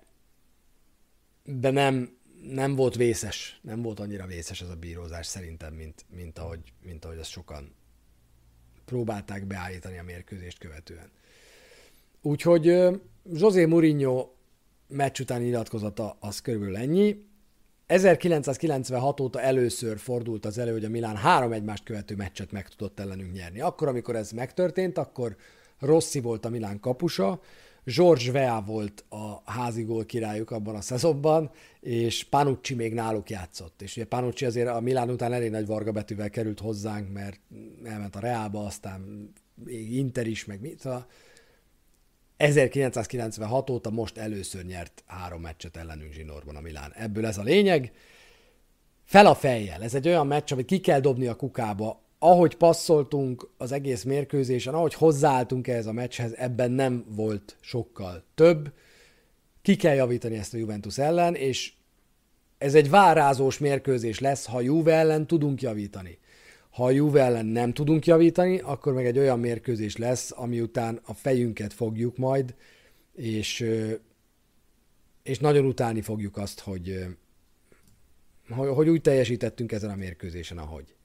nem volt vészes, nem volt annyira vészes ez a bírózás szerintem, mint ahogy ezt sokan próbálták beállítani a mérkőzést követően. Úgyhogy José Mourinho meccs utáni nyilatkozata az körülbelül ennyi. 1996 óta először fordult az elő, hogy a Milán 3 egymást követő meccset meg tudott ellenünk nyerni. Akkor, amikor ez megtörtént, akkor Rossi volt a Milán kapusa, George Weah volt a házi gól királyuk abban a szezonban, és Panucci még náluk játszott. És ugye Panucci azért a Milán után elég nagy vargabetűvel került hozzánk, mert elment a Realba, aztán még Inter is, meg mit. 1996 óta most először nyert 3 meccset ellenünk zsinórban a Milán. Ebből ez a lényeg. Fel a fejjel. Ez egy olyan meccs, amit ki kell dobni a kukába. Ahogy passzoltunk az egész mérkőzésen, ahogy hozzáálltunk ehhez a meccshez, ebben nem volt sokkal több. Ki kell javítani ezt a Juventus ellen, és ez egy várázós mérkőzés lesz, ha Juve ellen tudunk javítani. Ha a Juve ellen nem tudunk javítani, akkor meg egy olyan mérkőzés lesz, ami után a fejünket fogjuk majd, és nagyon utálni fogjuk azt, hogy úgy teljesítettünk ezen a mérkőzésen, ahogy.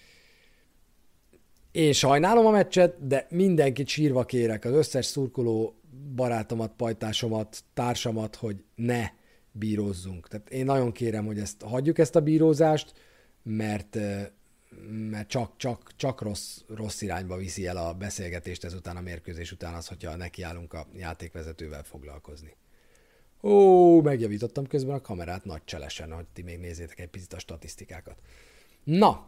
Én sajnálom a meccset, de mindenkit sírva kérek, az összes szurkoló barátomat, pajtásomat, társamat, hogy ne bírózzunk. Tehát én nagyon kérem, hogy hagyjuk ezt a bírózást, mert csak rossz irányba viszi el a beszélgetést ezután a mérkőzés után az, hogyha nekiállunk a játékvezetővel foglalkozni. Megjavítottam közben a kamerát nagy cselesen, hogy ti még nézzétek egy picit a statisztikákat. Na,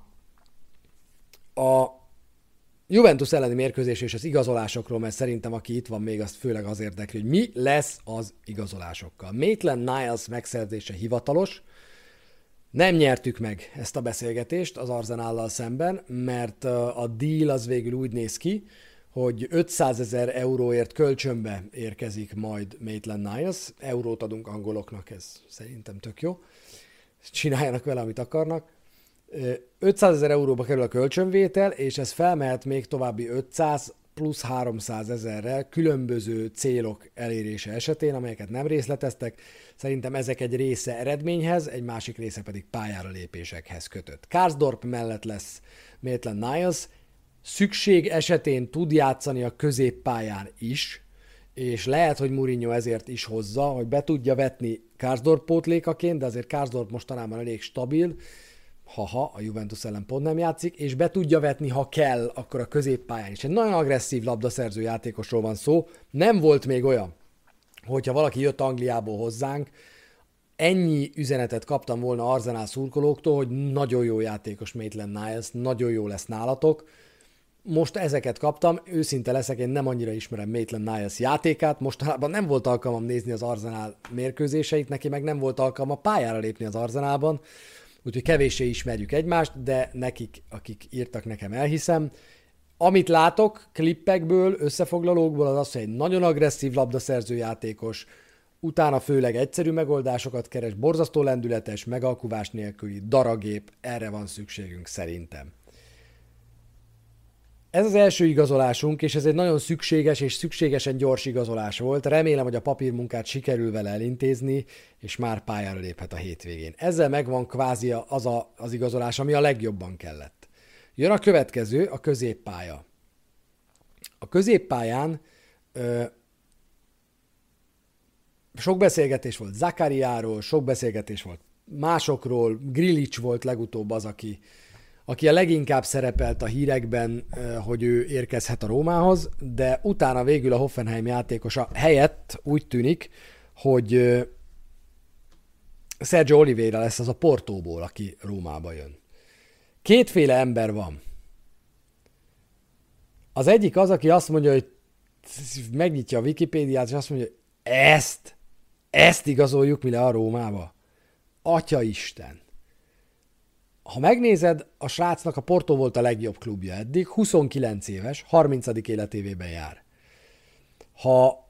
a Juventus elleni mérkőzés és az igazolásokról, mert szerintem aki itt van még, azt főleg az érdekli, hogy mi lesz az igazolásokkal. Maitland-Niles megszerzése hivatalos. Nem nyertük meg ezt a beszélgetést az Arsenállal szemben, mert a deal az végül úgy néz ki, hogy 500 000 euróért kölcsönbe érkezik majd Maitland-Niles. Eurót adunk angoloknak, ez szerintem tök jó. Csináljanak vele, amit akarnak. 500 000 euróba kerül a kölcsönvétel, és ez felmehet még további 500 plusz 300 000-rel különböző célok elérése esetén, amelyeket nem részleteztek. Szerintem ezek egy része eredményhez, egy másik része pedig pályára lépésekhez kötött. Karsdorp mellett lesz Maitland-Niles, szükség esetén tud játszani a középpályán is, és lehet, hogy Mourinho ezért is hozza, hogy be tudja vetni Karsdorp pótlékaként, de azért Karsdorp mostanában elég stabil, a Juventus ellen pont nem játszik, és be tudja vetni, ha kell, akkor a középpályán is. Egy nagyon agresszív labdaszerző játékosról van szó. Nem volt még olyan, hogyha valaki jött Angliából hozzánk, ennyi üzenetet kaptam volna Arsenal szurkolóktól, hogy nagyon jó játékos Maitland-Niles, nagyon jó lesz nálatok. Most ezeket kaptam, őszinte leszek, én nem annyira ismerem Maitland-Niles játékát, mostanában nem volt alkalmam nézni az Arsenal mérkőzéseit, neki meg nem volt alkalma pályára lépni az Arsenalban, úgyhogy kevéssé ismerjük egymást, de nekik, akik írtak nekem, elhiszem. Amit látok klippekből, összefoglalókból, az az, hogy egy nagyon agresszív labdaszerző játékos, utána főleg egyszerű megoldásokat keres, borzasztó lendületes, megalkuvás nélküli, daragép, erre van szükségünk szerintem. Ez az első igazolásunk, és ez egy nagyon szükséges és szükségesen gyors igazolás volt. Remélem, hogy a papírmunkát sikerül vele elintézni, és már pályára léphet a hétvégén. Ezzel megvan kvázi az igazolás, ami a legjobban kellett. Jön a következő, a középpálya. A középpályán sok beszélgetés volt Zakariáról, sok beszélgetés volt másokról, Grilic volt legutóbb az, aki a leginkább szerepelt a hírekben, hogy ő érkezhet a Rómához, de utána végül a Hoffenheim játékosa helyett úgy tűnik, hogy Sergio Oliveira lesz az a Portóból, aki Rómába jön. Kétféle ember van. Az egyik az, aki azt mondja, hogy megnyitja a Wikipédiát, és azt mondja, hogy ezt igazoljuk mi le a Rómába. Atya Isten! Ha megnézed, a srácnak a Porto volt a legjobb klubja eddig, 29 éves, 30. életévében jár. Ha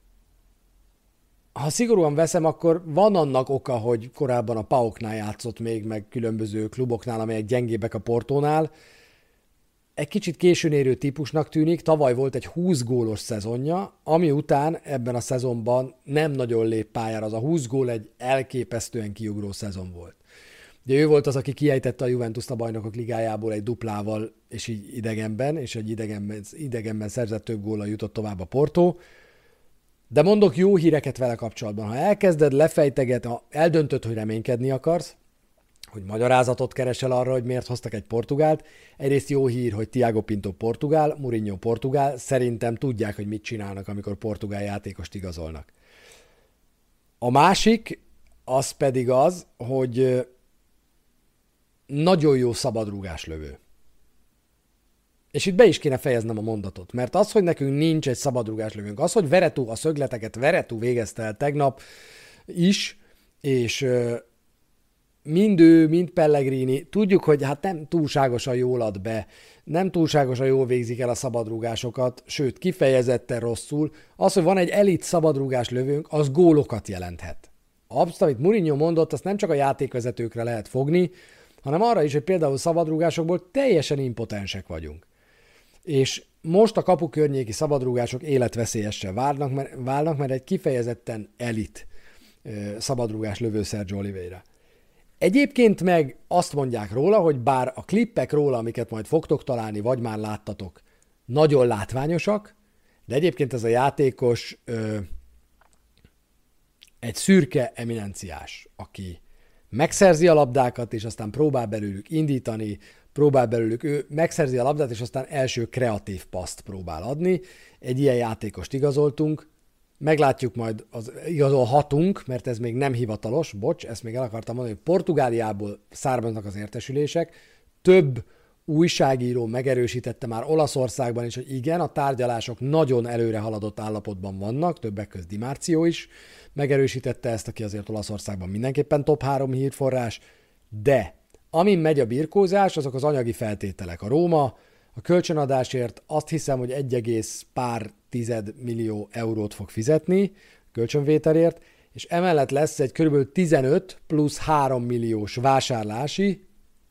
szigorúan veszem, akkor van annak oka, hogy korábban a PAOK-nál játszott még, meg különböző kluboknál, amelyek gyengébbek a Portónál. Egy kicsit későn érő típusnak tűnik, tavaly volt egy 20 gólos szezonja, ami után ebben a szezonban nem nagyon lép pályára. Az a 20 gól egy elképesztően kiugró szezon volt. Ugye ő volt az, aki kiejtette a Juventus a Bajnokok Ligájából egy duplával, és így idegenben, és egy idegenben szerzett több góllal jutott tovább a Porto. De mondok jó híreket vele kapcsolatban. Ha elkezded lefejteget, ha eldöntöd, hogy reménykedni akarsz, hogy magyarázatot keresel arra, hogy miért hoztak egy portugált, egyrészt jó hír, hogy Thiago Pinto portugál, Mourinho portugál, szerintem tudják, hogy mit csinálnak, amikor portugál játékost igazolnak. A másik, az pedig az, hogy nagyon jó szabadrúgáslövő. És itt be is kéne fejeznem a mondatot, mert az, hogy nekünk nincs egy szabadrugás lövőnk, az, hogy Veretout, a szögleteket Veretout végezte el tegnap is, és mind ő, mind Pellegrini, tudjuk, hogy hát nem túlságosan jól ad be, nem túlságosan jól végzik el a szabadrúgásokat, sőt, kifejezetten rosszul. Az, hogy van egy elit szabadrúgás lövőnk, az gólokat jelenthet. Azt, amit Mourinho mondott, azt nem csak a játékvezetőkre lehet fogni, hanem arra is, hogy például szabadrúgásokból teljesen impotensek vagyunk. És most a kapu környéki szabadrúgások életveszélyesen válnak, mert egy kifejezetten elit szabadrúgás lövő Sergio Oliveira. Egyébként meg azt mondják róla, hogy bár a klippek róla, amiket majd fogtok találni, vagy már láttatok, nagyon látványosak, de egyébként ez a játékos egy szürke eminenciás, aki megszerzi a labdákat, és aztán próbál belőlük indítani, ő megszerzi a labdát, és aztán első kreatív paszt próbál adni. Egy ilyen játékost igazoltunk, meglátjuk majd, igazolhatunk, mert ez még nem hivatalos, ezt még el akartam mondani, hogy Portugáliából származnak az értesülések, több újságíró megerősítette már Olaszországban is, hogy igen, a tárgyalások nagyon előre haladott állapotban vannak, többek között Di Marzio is megerősítette ezt, aki azért Olaszországban mindenképpen top 3 hírforrás, de amin megy a birkózás, azok az anyagi feltételek. A Róma a kölcsönadásért azt hiszem, hogy 1,1 millió eurót fog fizetni kölcsönvételért, és emellett lesz egy kb. 15 plusz 3 milliós vásárlási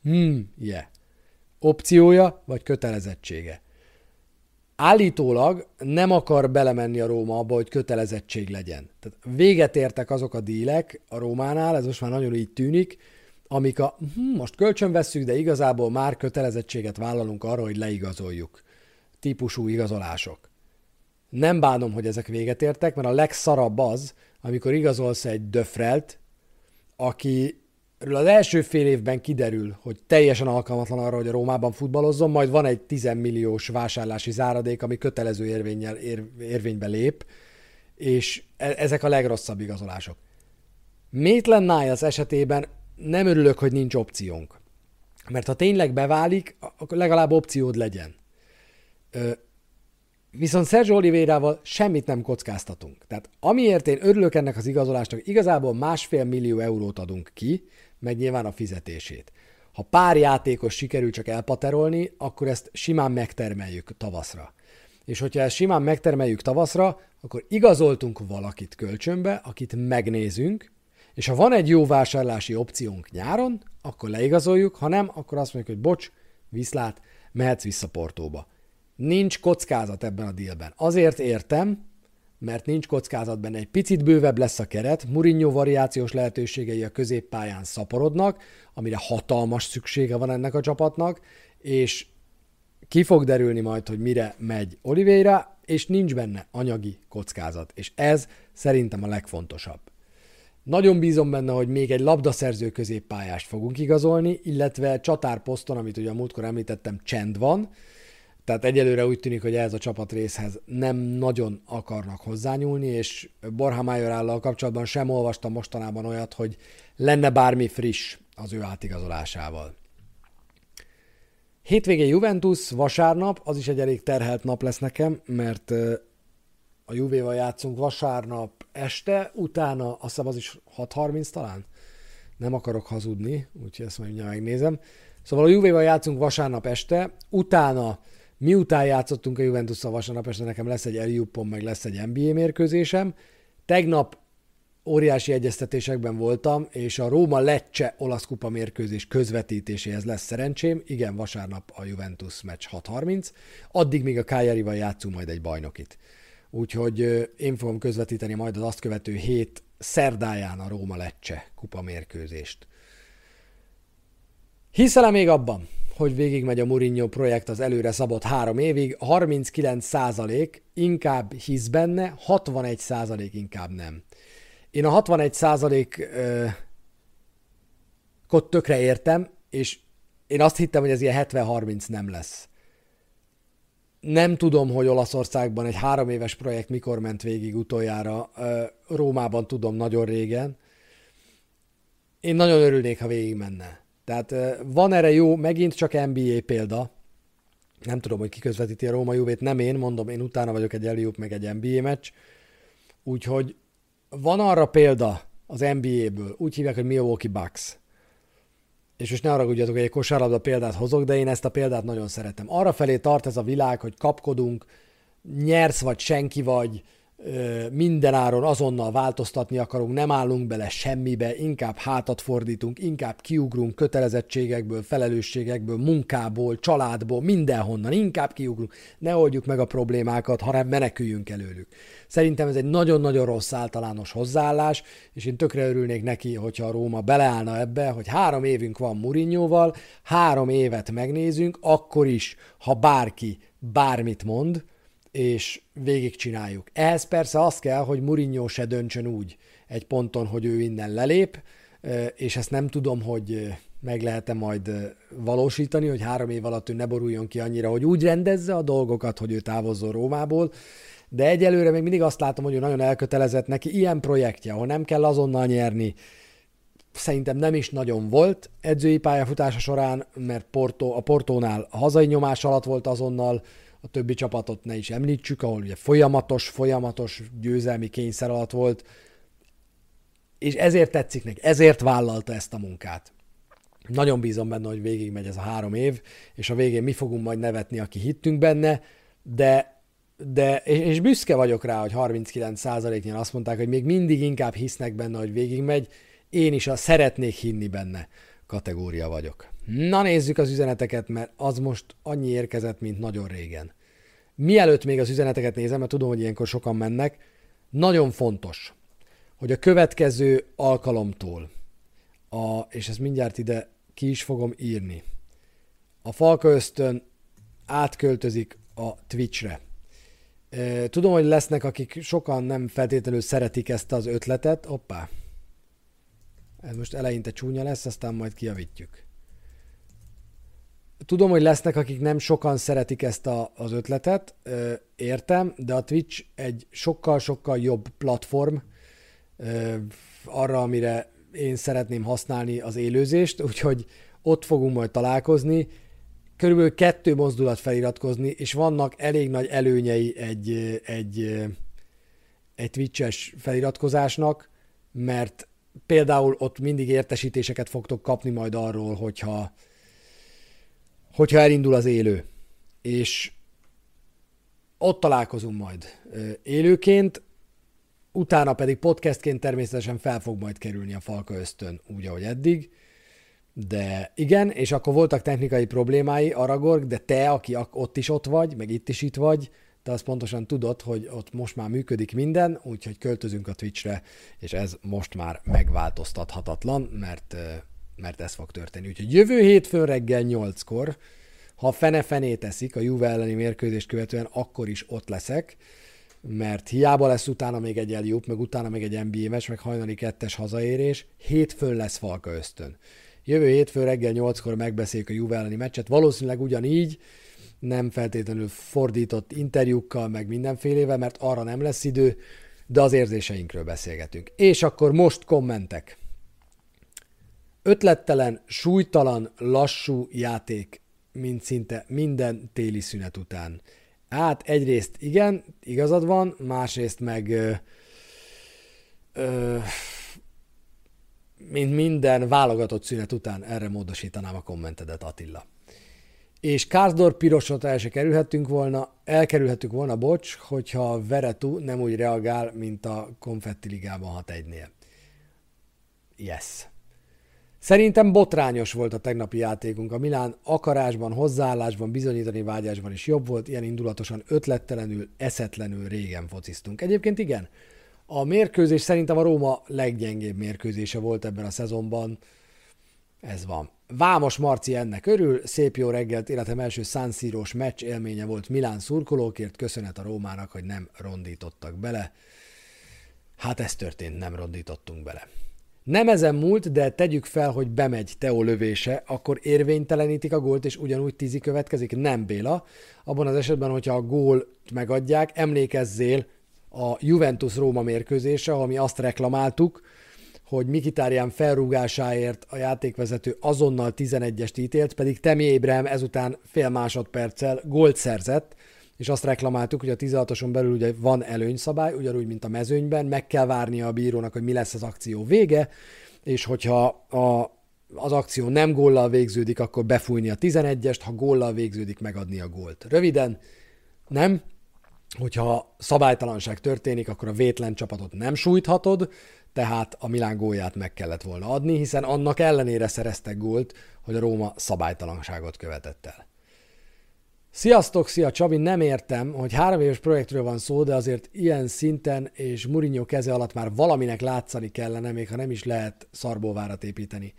opciója vagy kötelezettsége. Állítólag nem akar belemenni a Róma abba, hogy kötelezettség legyen. Tehát véget értek azok a dílek a Rómánál, ez most már nagyon így tűnik, amik most kölcsön vesszük, de igazából már kötelezettséget vállalunk arra, hogy leigazoljuk. Típusú igazolások. Nem bánom, hogy ezek véget értek, mert a legszarabb az, amikor igazolsz egy Döfrelt, akiről az első fél évben kiderül, hogy teljesen alkalmatlan arra, hogy a Rómában futballozzon, majd van egy 10 milliós vásárlási záradék, ami kötelező érvénybe lép, és ezek a legrosszabb igazolások. Maitland-Niles esetében nem örülök, hogy nincs opciónk. Mert ha tényleg beválik, akkor legalább opciód legyen. Viszont Sergio Oliveirával semmit nem kockáztatunk. Tehát amiért én örülök ennek az igazolásnak, igazából 1,5 millió eurót adunk ki, meg nyilván a fizetését. Ha pár játékos sikerül csak elpaterolni, akkor ezt simán megtermeljük tavaszra. És hogyha ezt simán megtermeljük tavaszra, akkor igazoltunk valakit kölcsönbe, akit megnézünk, és ha van egy jó vásárlási opciónk nyáron, akkor leigazoljuk, ha nem, akkor azt mondjuk, hogy bocs, viszlát, mehetsz vissza Portóba. Nincs kockázat ebben a dealben. Azért értem, mert nincs kockázat benne. Egy picit bővebb lesz a keret, Mourinho variációs lehetőségei a középpályán szaporodnak, amire hatalmas szüksége van ennek a csapatnak, és ki fog derülni majd, hogy mire megy Oliveira, és nincs benne anyagi kockázat. És ez szerintem a legfontosabb. Nagyon bízom benne, hogy még egy labdaszerző középpályást fogunk igazolni, illetve csatárposzton, amit ugye a múltkor említettem, csend van, tehát egyelőre úgy tűnik, hogy ehhez a csapatrészhez nem nagyon akarnak hozzányúlni, és Borja Mayorállal kapcsolatban sem olvastam mostanában olyat, hogy lenne bármi friss az ő átigazolásával. Hétvégén Juventus, vasárnap, az is egy elég terhelt nap lesz nekem, mert a Juvéval játszunk vasárnap este, utána azt hiszem az is 6:30 talán? Nem akarok hazudni, úgyhogy ezt majd mindjárt megnézem. Szóval a Juvéval játszunk vasárnap este, utána miután játszottunk a Juventusszal vasárnap este, nekem lesz egy Eliuppon, meg lesz egy NBA mérkőzésem. Tegnap óriási egyeztetésekben voltam, és a Róma-Lecce olasz kupa mérkőzés közvetítéséhez lesz szerencsém. Igen, vasárnap a Juventus meccs 6:30. Addig még a Cagliarival játszunk majd egy bajnokit. Úgyhogy én fogom közvetíteni majd az azt követő hét szerdáján a Róma-Lecce kupa mérkőzést. Hiszel-e még abban, hogy végigmegy a Mourinho projekt az előre szabott 3 évig? 39% inkább hisz benne, 61% inkább nem. Én a 61%-ot tökre értem, és én azt hittem, hogy ez ilyen 70-30 nem lesz. Nem tudom, hogy Olaszországban egy 3 éves projekt mikor ment végig utoljára. Rómában tudom nagyon régen. Én nagyon örülnék, ha végig menne. Tehát van erre jó, megint csak NBA példa, Nem tudom, hogy ki közvetíti a Róma Juvét, nem én, mondom, én utána vagyok egy alley-oop, meg egy NBA meccs. Úgyhogy van arra példa az NBA-ből, úgy hívják, hogy Milwaukee Bucks. És most ne haragudjatok, hogy egy kosárlabda példát hozok, de én ezt a példát nagyon szeretem. Arra felé tart ez a világ, hogy kapkodunk, nyersz vagy senki vagy, mindenáron azonnal változtatni akarunk, nem állunk bele semmibe, inkább hátat fordítunk, inkább kiugrunk kötelezettségekből, felelősségekből, munkából, családból, mindenhonnan, inkább kiugrunk, ne oldjuk meg a problémákat, hanem meneküljünk előlük. Szerintem ez egy nagyon-nagyon rossz általános hozzáállás, és én tökre örülnék neki, hogyha a Róma beleállna ebbe, hogy 3 évünk van Mourinhoval, 3 évet megnézünk, akkor is, ha bárki bármit mond, és végigcsináljuk. Ehhez persze az kell, hogy Mourinho se döntsön úgy egy ponton, hogy ő innen lelép, és ezt nem tudom, hogy meg lehet-e majd valósítani, hogy 3 év alatt ő ne boruljon ki annyira, hogy úgy rendezze a dolgokat, hogy ő távozzon Rómából, de egyelőre még mindig azt látom, hogy ő nagyon elkötelezett, neki ilyen projektje, ahol nem kell azonnal nyerni, szerintem nem is nagyon volt edzői pályafutása során, mert a Portónál a hazai nyomás alatt volt azonnal, a többi csapatot ne is említsük, ahol ugye folyamatos győzelmi kényszer alatt volt, és ezért tetszik neki, ezért vállalta ezt a munkát. Nagyon bízom benne, hogy végigmegy ez a 3 év, és a végén mi fogunk majd nevetni, aki hittünk benne, és büszke vagyok rá, hogy 39%-nyian azt mondták, hogy még mindig inkább hisznek benne, hogy végigmegy, én is a szeretnék hinni benne kategória vagyok. Na nézzük az üzeneteket, mert az most annyi érkezett, mint nagyon régen. Mielőtt még az üzeneteket nézem, mert tudom, hogy ilyenkor sokan mennek, nagyon fontos, hogy a következő alkalomtól, és ezt mindjárt ide ki is fogom írni, a Falka Ösztön átköltözik a Twitchre. Tudom, hogy lesznek, akik sokan nem feltétlenül szeretik ezt az ötletet. Hoppá! Ez most eleinte csúnya lesz, aztán majd kijavítjuk. Tudom, hogy lesznek, akik nem sokan szeretik ezt az ötletet, értem, de a Twitch egy sokkal-sokkal jobb platform arra, amire én szeretném használni az élőzést, úgyhogy ott fogunk majd találkozni. Körülbelül 2 mozdulat feliratkozni, és vannak elég nagy előnyei egy Twitch-es feliratkozásnak, mert például ott mindig értesítéseket fogtok kapni majd arról, hogyha elindul az élő. És ott találkozunk majd élőként, utána pedig podcastként természetesen fel fog majd kerülni a Falka Ösztön, úgy, ahogy eddig. De igen, és akkor voltak technikai problémái, Aragorg, de te, aki ott is ott vagy, meg itt is itt vagy, te azt pontosan tudod, hogy ott most már működik minden, úgyhogy költözünk a Twitchre, és ez most már megváltoztathatatlan, mert ez fog történni. Úgyhogy jövő hétfőn reggel 8-kor, ha fene-fené teszik a Juve elleni mérkőzést követően, akkor is ott leszek, mert hiába lesz utána még egy alley-oop, meg utána még egy NBA meccs, meg hajnali 2-es hazaérés, hétfőn lesz Falka Ösztön. Jövő hétfő reggel 8-kor megbeszéljük a Juve elleni meccset, valószínűleg ugyanígy, nem feltétlenül fordított interjúkkal, meg mindenfélével, mert arra nem lesz idő, de az érzéseinkről beszélgetünk. És akkor most kommentek. Ötlettelen, súlytalan, lassú játék, mint szinte minden téli szünet után. Hát egyrészt igen, igazad van, másrészt meg mint minden válogatott szünet után, erre módosítanám a kommentedet, Attila. És Karsdorp pirosot elkerülhettünk volna, bocs, hogyha Veretout nem úgy reagál, mint a Konfetti Ligában 6-1-nél. Yes. Szerintem botrányos volt a tegnapi játékunk. A Milán akarásban, hozzáállásban, bizonyítani vágyásban is jobb volt, ilyen indulatosan, ötlettelenül, eszetlenül régen fociztunk. Egyébként igen, a mérkőzés szerintem a Róma leggyengébb mérkőzése volt ebben a szezonban. Ez van. Vámos Marci ennek örül, szép jó reggelt, életem első San Siro-s meccs élménye volt Milán szurkolókért, köszönet a Rómának, hogy nem rondítottak bele. Hát ez történt, nem rondítottunk bele. Nem ezen múlt, de tegyük fel, hogy bemegy Theo lövése, akkor érvénytelenítik a gólt, és ugyanúgy 10 következik? Nem, Béla. Abban az esetben, hogyha a gólt megadják, emlékezzél a Juventus-Róma mérkőzése, ahol mi azt reklamáltuk, hogy Mkhitaryan felrúgásáért a játékvezető azonnal 11-est ítélt, pedig Tammy Abraham ezután fél másodperccel gólt szerzett, és azt reklamáltuk, hogy a 16-oson belül ugye van előnyszabály, ugyanúgy, mint a mezőnyben, meg kell várnia a bírónak, hogy mi lesz az akció vége, és hogyha az akció nem góllal végződik, akkor befújni a 11-est, ha góllal végződik, megadni a gólt. Röviden, nem. Hogyha szabálytalanság történik, akkor a vétlen csapatot nem sújthatod, tehát a Milán gólját meg kellett volna adni, hiszen annak ellenére szereztek gólt, hogy a Róma szabálytalanságot követett el. Sziasztok, szia Csabi, nem értem, hogy 3 éves projektről van szó, de azért ilyen szinten és Mourinho keze alatt már valaminek látszani kellene, még ha nem is lehet szarbóvárat építeni.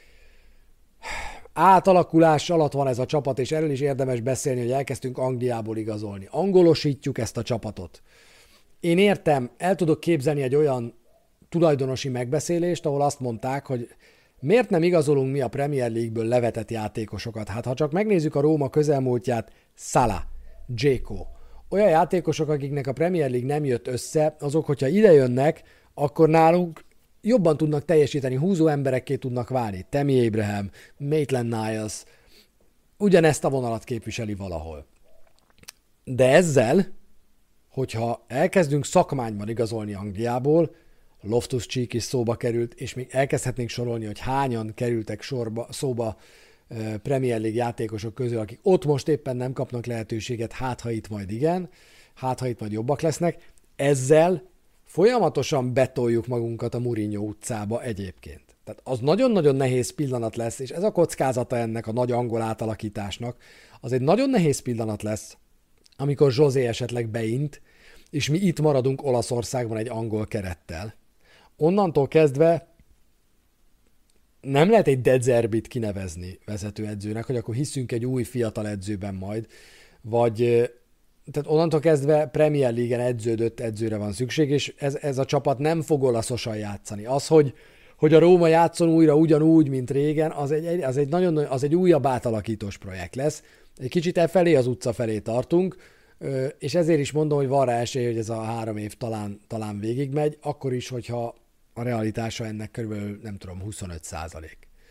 Átalakulás alatt van ez a csapat, és erről is érdemes beszélni, hogy elkezdtünk Angliából igazolni. Angolosítjuk ezt a csapatot. Én értem, el tudok képzelni egy olyan tulajdonosi megbeszélést, ahol azt mondták, hogy miért nem igazolunk mi a Premier League-ből levetett játékosokat? Hát ha csak megnézzük a Róma közelmúltját, Salah, Dzeko, olyan játékosok, akiknek a Premier League nem jött össze, azok, hogyha ide jönnek, akkor nálunk jobban tudnak teljesíteni, húzó emberekké tudnak válni. Tammy Abraham, Maitland-Niles, ugyanezt a vonalat képviseli valahol. De ezzel, hogyha elkezdünk szakmányban igazolni Angliából, Loftus-Cheek is szóba került, és még elkezdhetnénk sorolni, hogy hányan kerültek szóba Premier League játékosok közül, akik ott most éppen nem kapnak lehetőséget, hát ha itt majd igen, hát ha itt majd jobbak lesznek. Ezzel folyamatosan betoljuk magunkat a Mourinho utcába egyébként. Tehát az nagyon-nagyon nehéz pillanat lesz, és ez a kockázata ennek a nagy angol átalakításnak, az egy nagyon nehéz pillanat lesz, amikor José esetleg beint, és mi itt maradunk Olaszországban egy angol kerettel. Onnantól kezdve nem lehet egy De Zerbit kinevezni vezetőedzőnek, hogy akkor hiszünk egy új fiatal edzőben majd, vagy tehát onnantól kezdve Premier League-en edződött edzőre van szükség, és ez a csapat nem fog olaszosan játszani. Az, hogy a Róma játszon újra ugyanúgy, mint régen, az egy újabb átalakítós projekt lesz. Egy kicsit felé az utca felé tartunk, és ezért is mondom, hogy van rá esély, hogy ez a 3 év talán végigmegy, akkor is, hogyha a realitása ennek körülbelül, nem tudom, 25%.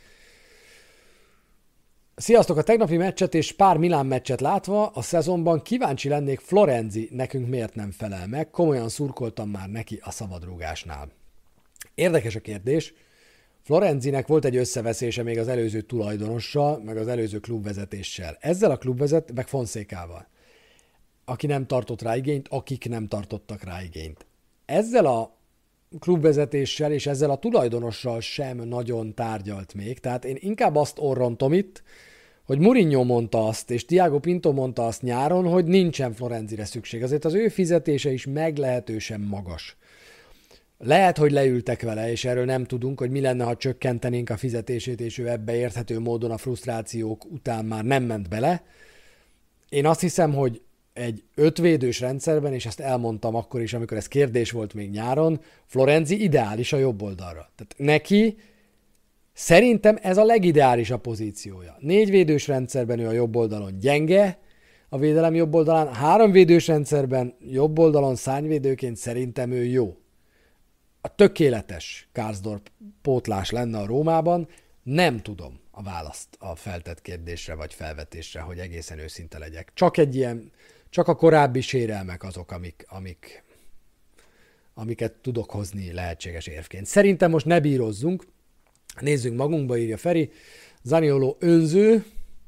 Sziasztok! A tegnapi meccset és pár Milán meccset látva a szezonban kíváncsi lennék, Florenzi nekünk miért nem felel meg, komolyan szurkoltam már neki a szabadrúgásnál. Érdekes a kérdés. Florenzinek volt egy összeveszése még az előző tulajdonossal, meg az előző klubvezetéssel. Ezzel a meg Fonszékával, aki nem tartott rá igényt, akik nem tartottak rá igényt. Ezzel a klubvezetéssel és ezzel a tulajdonossal sem nagyon tárgyalt még, tehát én inkább azt orrontom itt, hogy Mourinho mondta azt, és Thiago Pinto mondta azt nyáron, hogy nincsen Florenzire szükség. Azért az ő fizetése is meglehetősen magas. Lehet, hogy leültek vele, és erről nem tudunk, hogy mi lenne, ha csökkentenénk a fizetését, és ő ebbe érthető módon a frusztrációk után már nem ment bele. Én azt hiszem, hogy egy 5 védős rendszerben, és ezt elmondtam akkor is, amikor ez kérdés volt még nyáron, Florenzi ideális a jobb oldalra. Tehát neki szerintem ez a legideálisabb pozíciója. 4 védős rendszerben ő a jobb oldalon gyenge, a védelem jobb oldalán, 3 védős rendszerben jobb oldalon szárnyvédőként szerintem ő jó. A tökéletes Karsdorp pótlás lenne a Rómában, nem tudom a választ a feltett kérdésre vagy felvetésre, hogy egészen őszinte legyek. Csak a korábbi sérelmek azok, amiket tudok hozni lehetséges érvként. Szerintem most ne bírozzunk, nézzünk magunkba, írja Feri. Zanioló önző,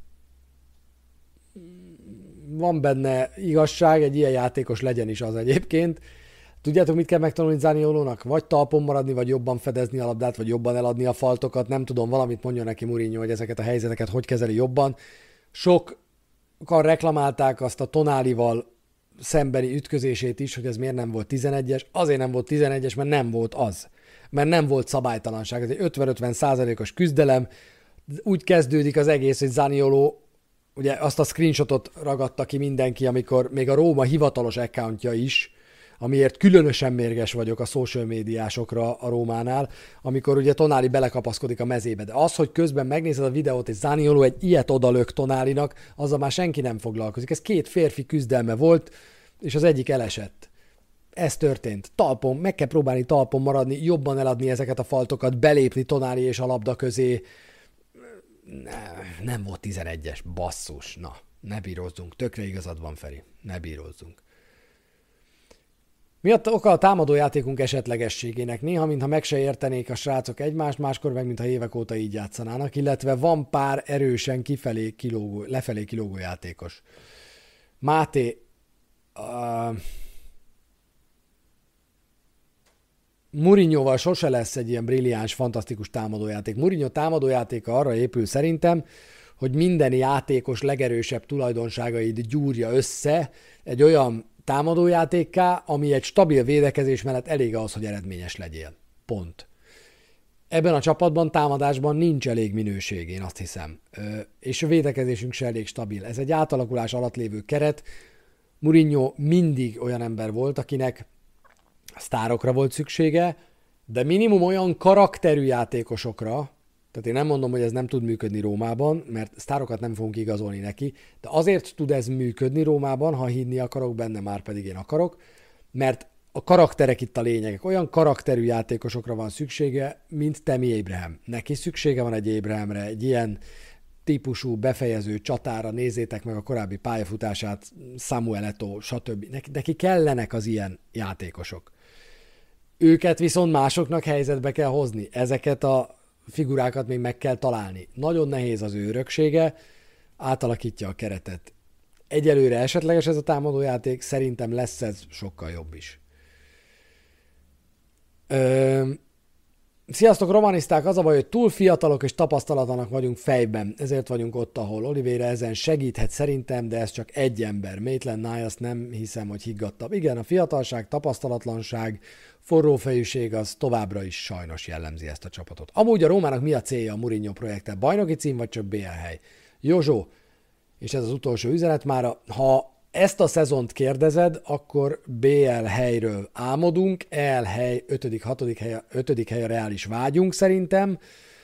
van benne igazság, egy ilyen játékos legyen is az egyébként. Tudjátok, mit kell megtanulni Zaniolónak? Vagy talpon maradni, vagy jobban fedezni a labdát, vagy jobban eladni a faltokat. Nem tudom, valamit mondja neki Mourinho, hogy ezeket a helyzeteket hogy kezeli jobban. Sokan reklamálták azt a Tonalival szembeni ütközését is, hogy ez miért nem volt 11-es. Azért nem volt 11-es, mert nem volt az. Mert nem volt szabálytalanság. Ez egy 50-50%-os küzdelem. Úgy kezdődik az egész, hogy Zanioló, ugye azt a screenshotot ragadta ki mindenki, amikor még a Róma hivatalos accountja is, amiért különösen mérges vagyok a social médiásokra a Rómánál, amikor ugye Tonali belekapaszkodik a mezébe. De az, hogy közben megnézed a videót, és Zanioló egy ilyet odalök Tonalinak, azzal már senki nem foglalkozik. Ez 2 férfi küzdelme volt, és az egyik elesett. Ez történt. Talpon, meg kell próbálni talpon maradni, jobban eladni ezeket a faltokat, belépni Tonali és a labda közé. Nem volt 11-es, basszus. Na, ne bírozzunk. Tökre igazad van, Feri. Ne bírozzunk. Mi oka a támadójátékunk esetlegességének? Néha, mintha meg se értenék a srácok egymást, máskor meg, mintha évek óta így játszanának, illetve van pár erősen lefelé kilógó játékos. Máté, Mourinhoval sose lesz egy ilyen brilliáns, fantasztikus támadójáték. Mourinho támadójátéka arra épül szerintem, hogy minden játékos legerősebb tulajdonságait gyúrja össze egy olyan támadójátékká, ami egy stabil védekezés mellett elég ahhoz, hogy eredményes legyél. Pont. Ebben a csapatban, támadásban nincs elég minőség, én azt hiszem. És a védekezésünk se elég stabil. Ez egy átalakulás alatt lévő keret. Mourinho mindig olyan ember volt, akinek sztárokra volt szüksége, de minimum olyan karakterű játékosokra, tehát én nem mondom, hogy ez nem tud működni Rómában, mert sztárokat nem fogunk igazolni neki, de azért tud ez működni Rómában, ha hinni akarok benne, már pedig én akarok, mert a karakterek itt a lényegek. Olyan karakterű játékosokra van szüksége, mint Tammy Abraham. Neki szüksége van egy Abrahamre, egy ilyen típusú befejező csatára, nézzétek meg a korábbi pályafutását, Samuel Eto'o, stb. Neki kellenek az ilyen játékosok. Őket viszont másoknak helyzetbe kell hozni. Ezeket a figurákat még meg kell találni. Nagyon nehéz az ő öröksége, átalakítja a keretet. Egyelőre esetleges ez a támadójáték, szerintem lesz ez sokkal jobb is. Sziasztok, romaniszták! Az a baj, hogy túl fiatalok és tapasztalatlanak vagyunk fejben, ezért vagyunk ott, ahol Oliveira ezen segíthet szerintem, de ez csak egy ember. Maitland-Niles nem hiszem, hogy higgadtabb. Igen, a fiatalság, tapasztalatlanság, forrófejűség az továbbra is sajnos jellemzi ezt a csapatot. Amúgy a Rómának mi a célja a Mourinho projekttel? Bajnoki cím, vagy csak BL hely? Józsó, és ez az utolsó üzenet mára, ha ezt a szezont kérdezed, akkor BL helyről álmodunk, EL hely, 5. hely a reális vágyunk szerintem,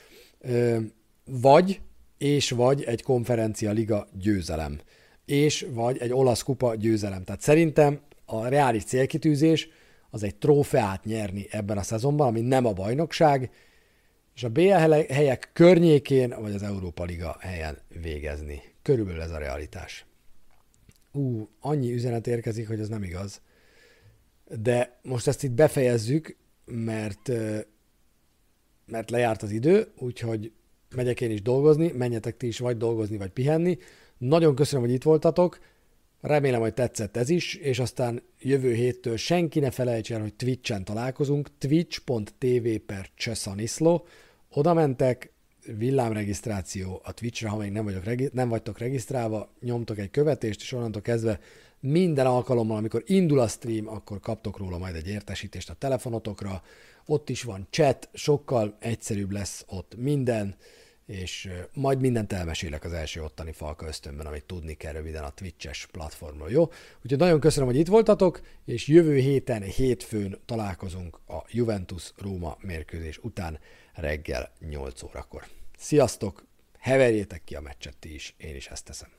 vagy egy konferencia liga győzelem, vagy egy olasz kupa győzelem. Tehát szerintem a reális célkitűzés az egy trófeát nyerni ebben a szezonban, ami nem a bajnokság, és a BL helyek környékén, vagy az Európa Liga helyen végezni. Körülbelül ez a realitás. Annyi üzenet érkezik, hogy ez nem igaz. De most ezt itt befejezzük, mert lejárt az idő, úgyhogy megyek én is dolgozni, menjetek ti is vagy dolgozni, vagy pihenni. Nagyon köszönöm, hogy itt voltatok, remélem, hogy tetszett ez is, és aztán jövő héttől senki ne felejts el, hogy Twitch-en találkozunk, twitch.tv/Cseszaniszló. Oda mentek, villámregisztráció a Twitchre, ha még nem vagytok regisztrálva, nyomtok egy követést, és onnantól kezdve minden alkalommal, amikor indul a stream, akkor kaptok róla majd egy értesítést a telefonotokra. Ott is van chat, sokkal egyszerűbb lesz ott minden, és majd mindent elmesélek az első ottani Falka Ösztönben, amit tudni kell röviden a Twitch-es platformról, jó? Úgyhogy nagyon köszönöm, hogy itt voltatok, és jövő héten, hétfőn találkozunk a Juventus-Róma mérkőzés után reggel 8 órakor. Sziasztok! Heverjétek ki a meccset ti is, én is ezt teszem.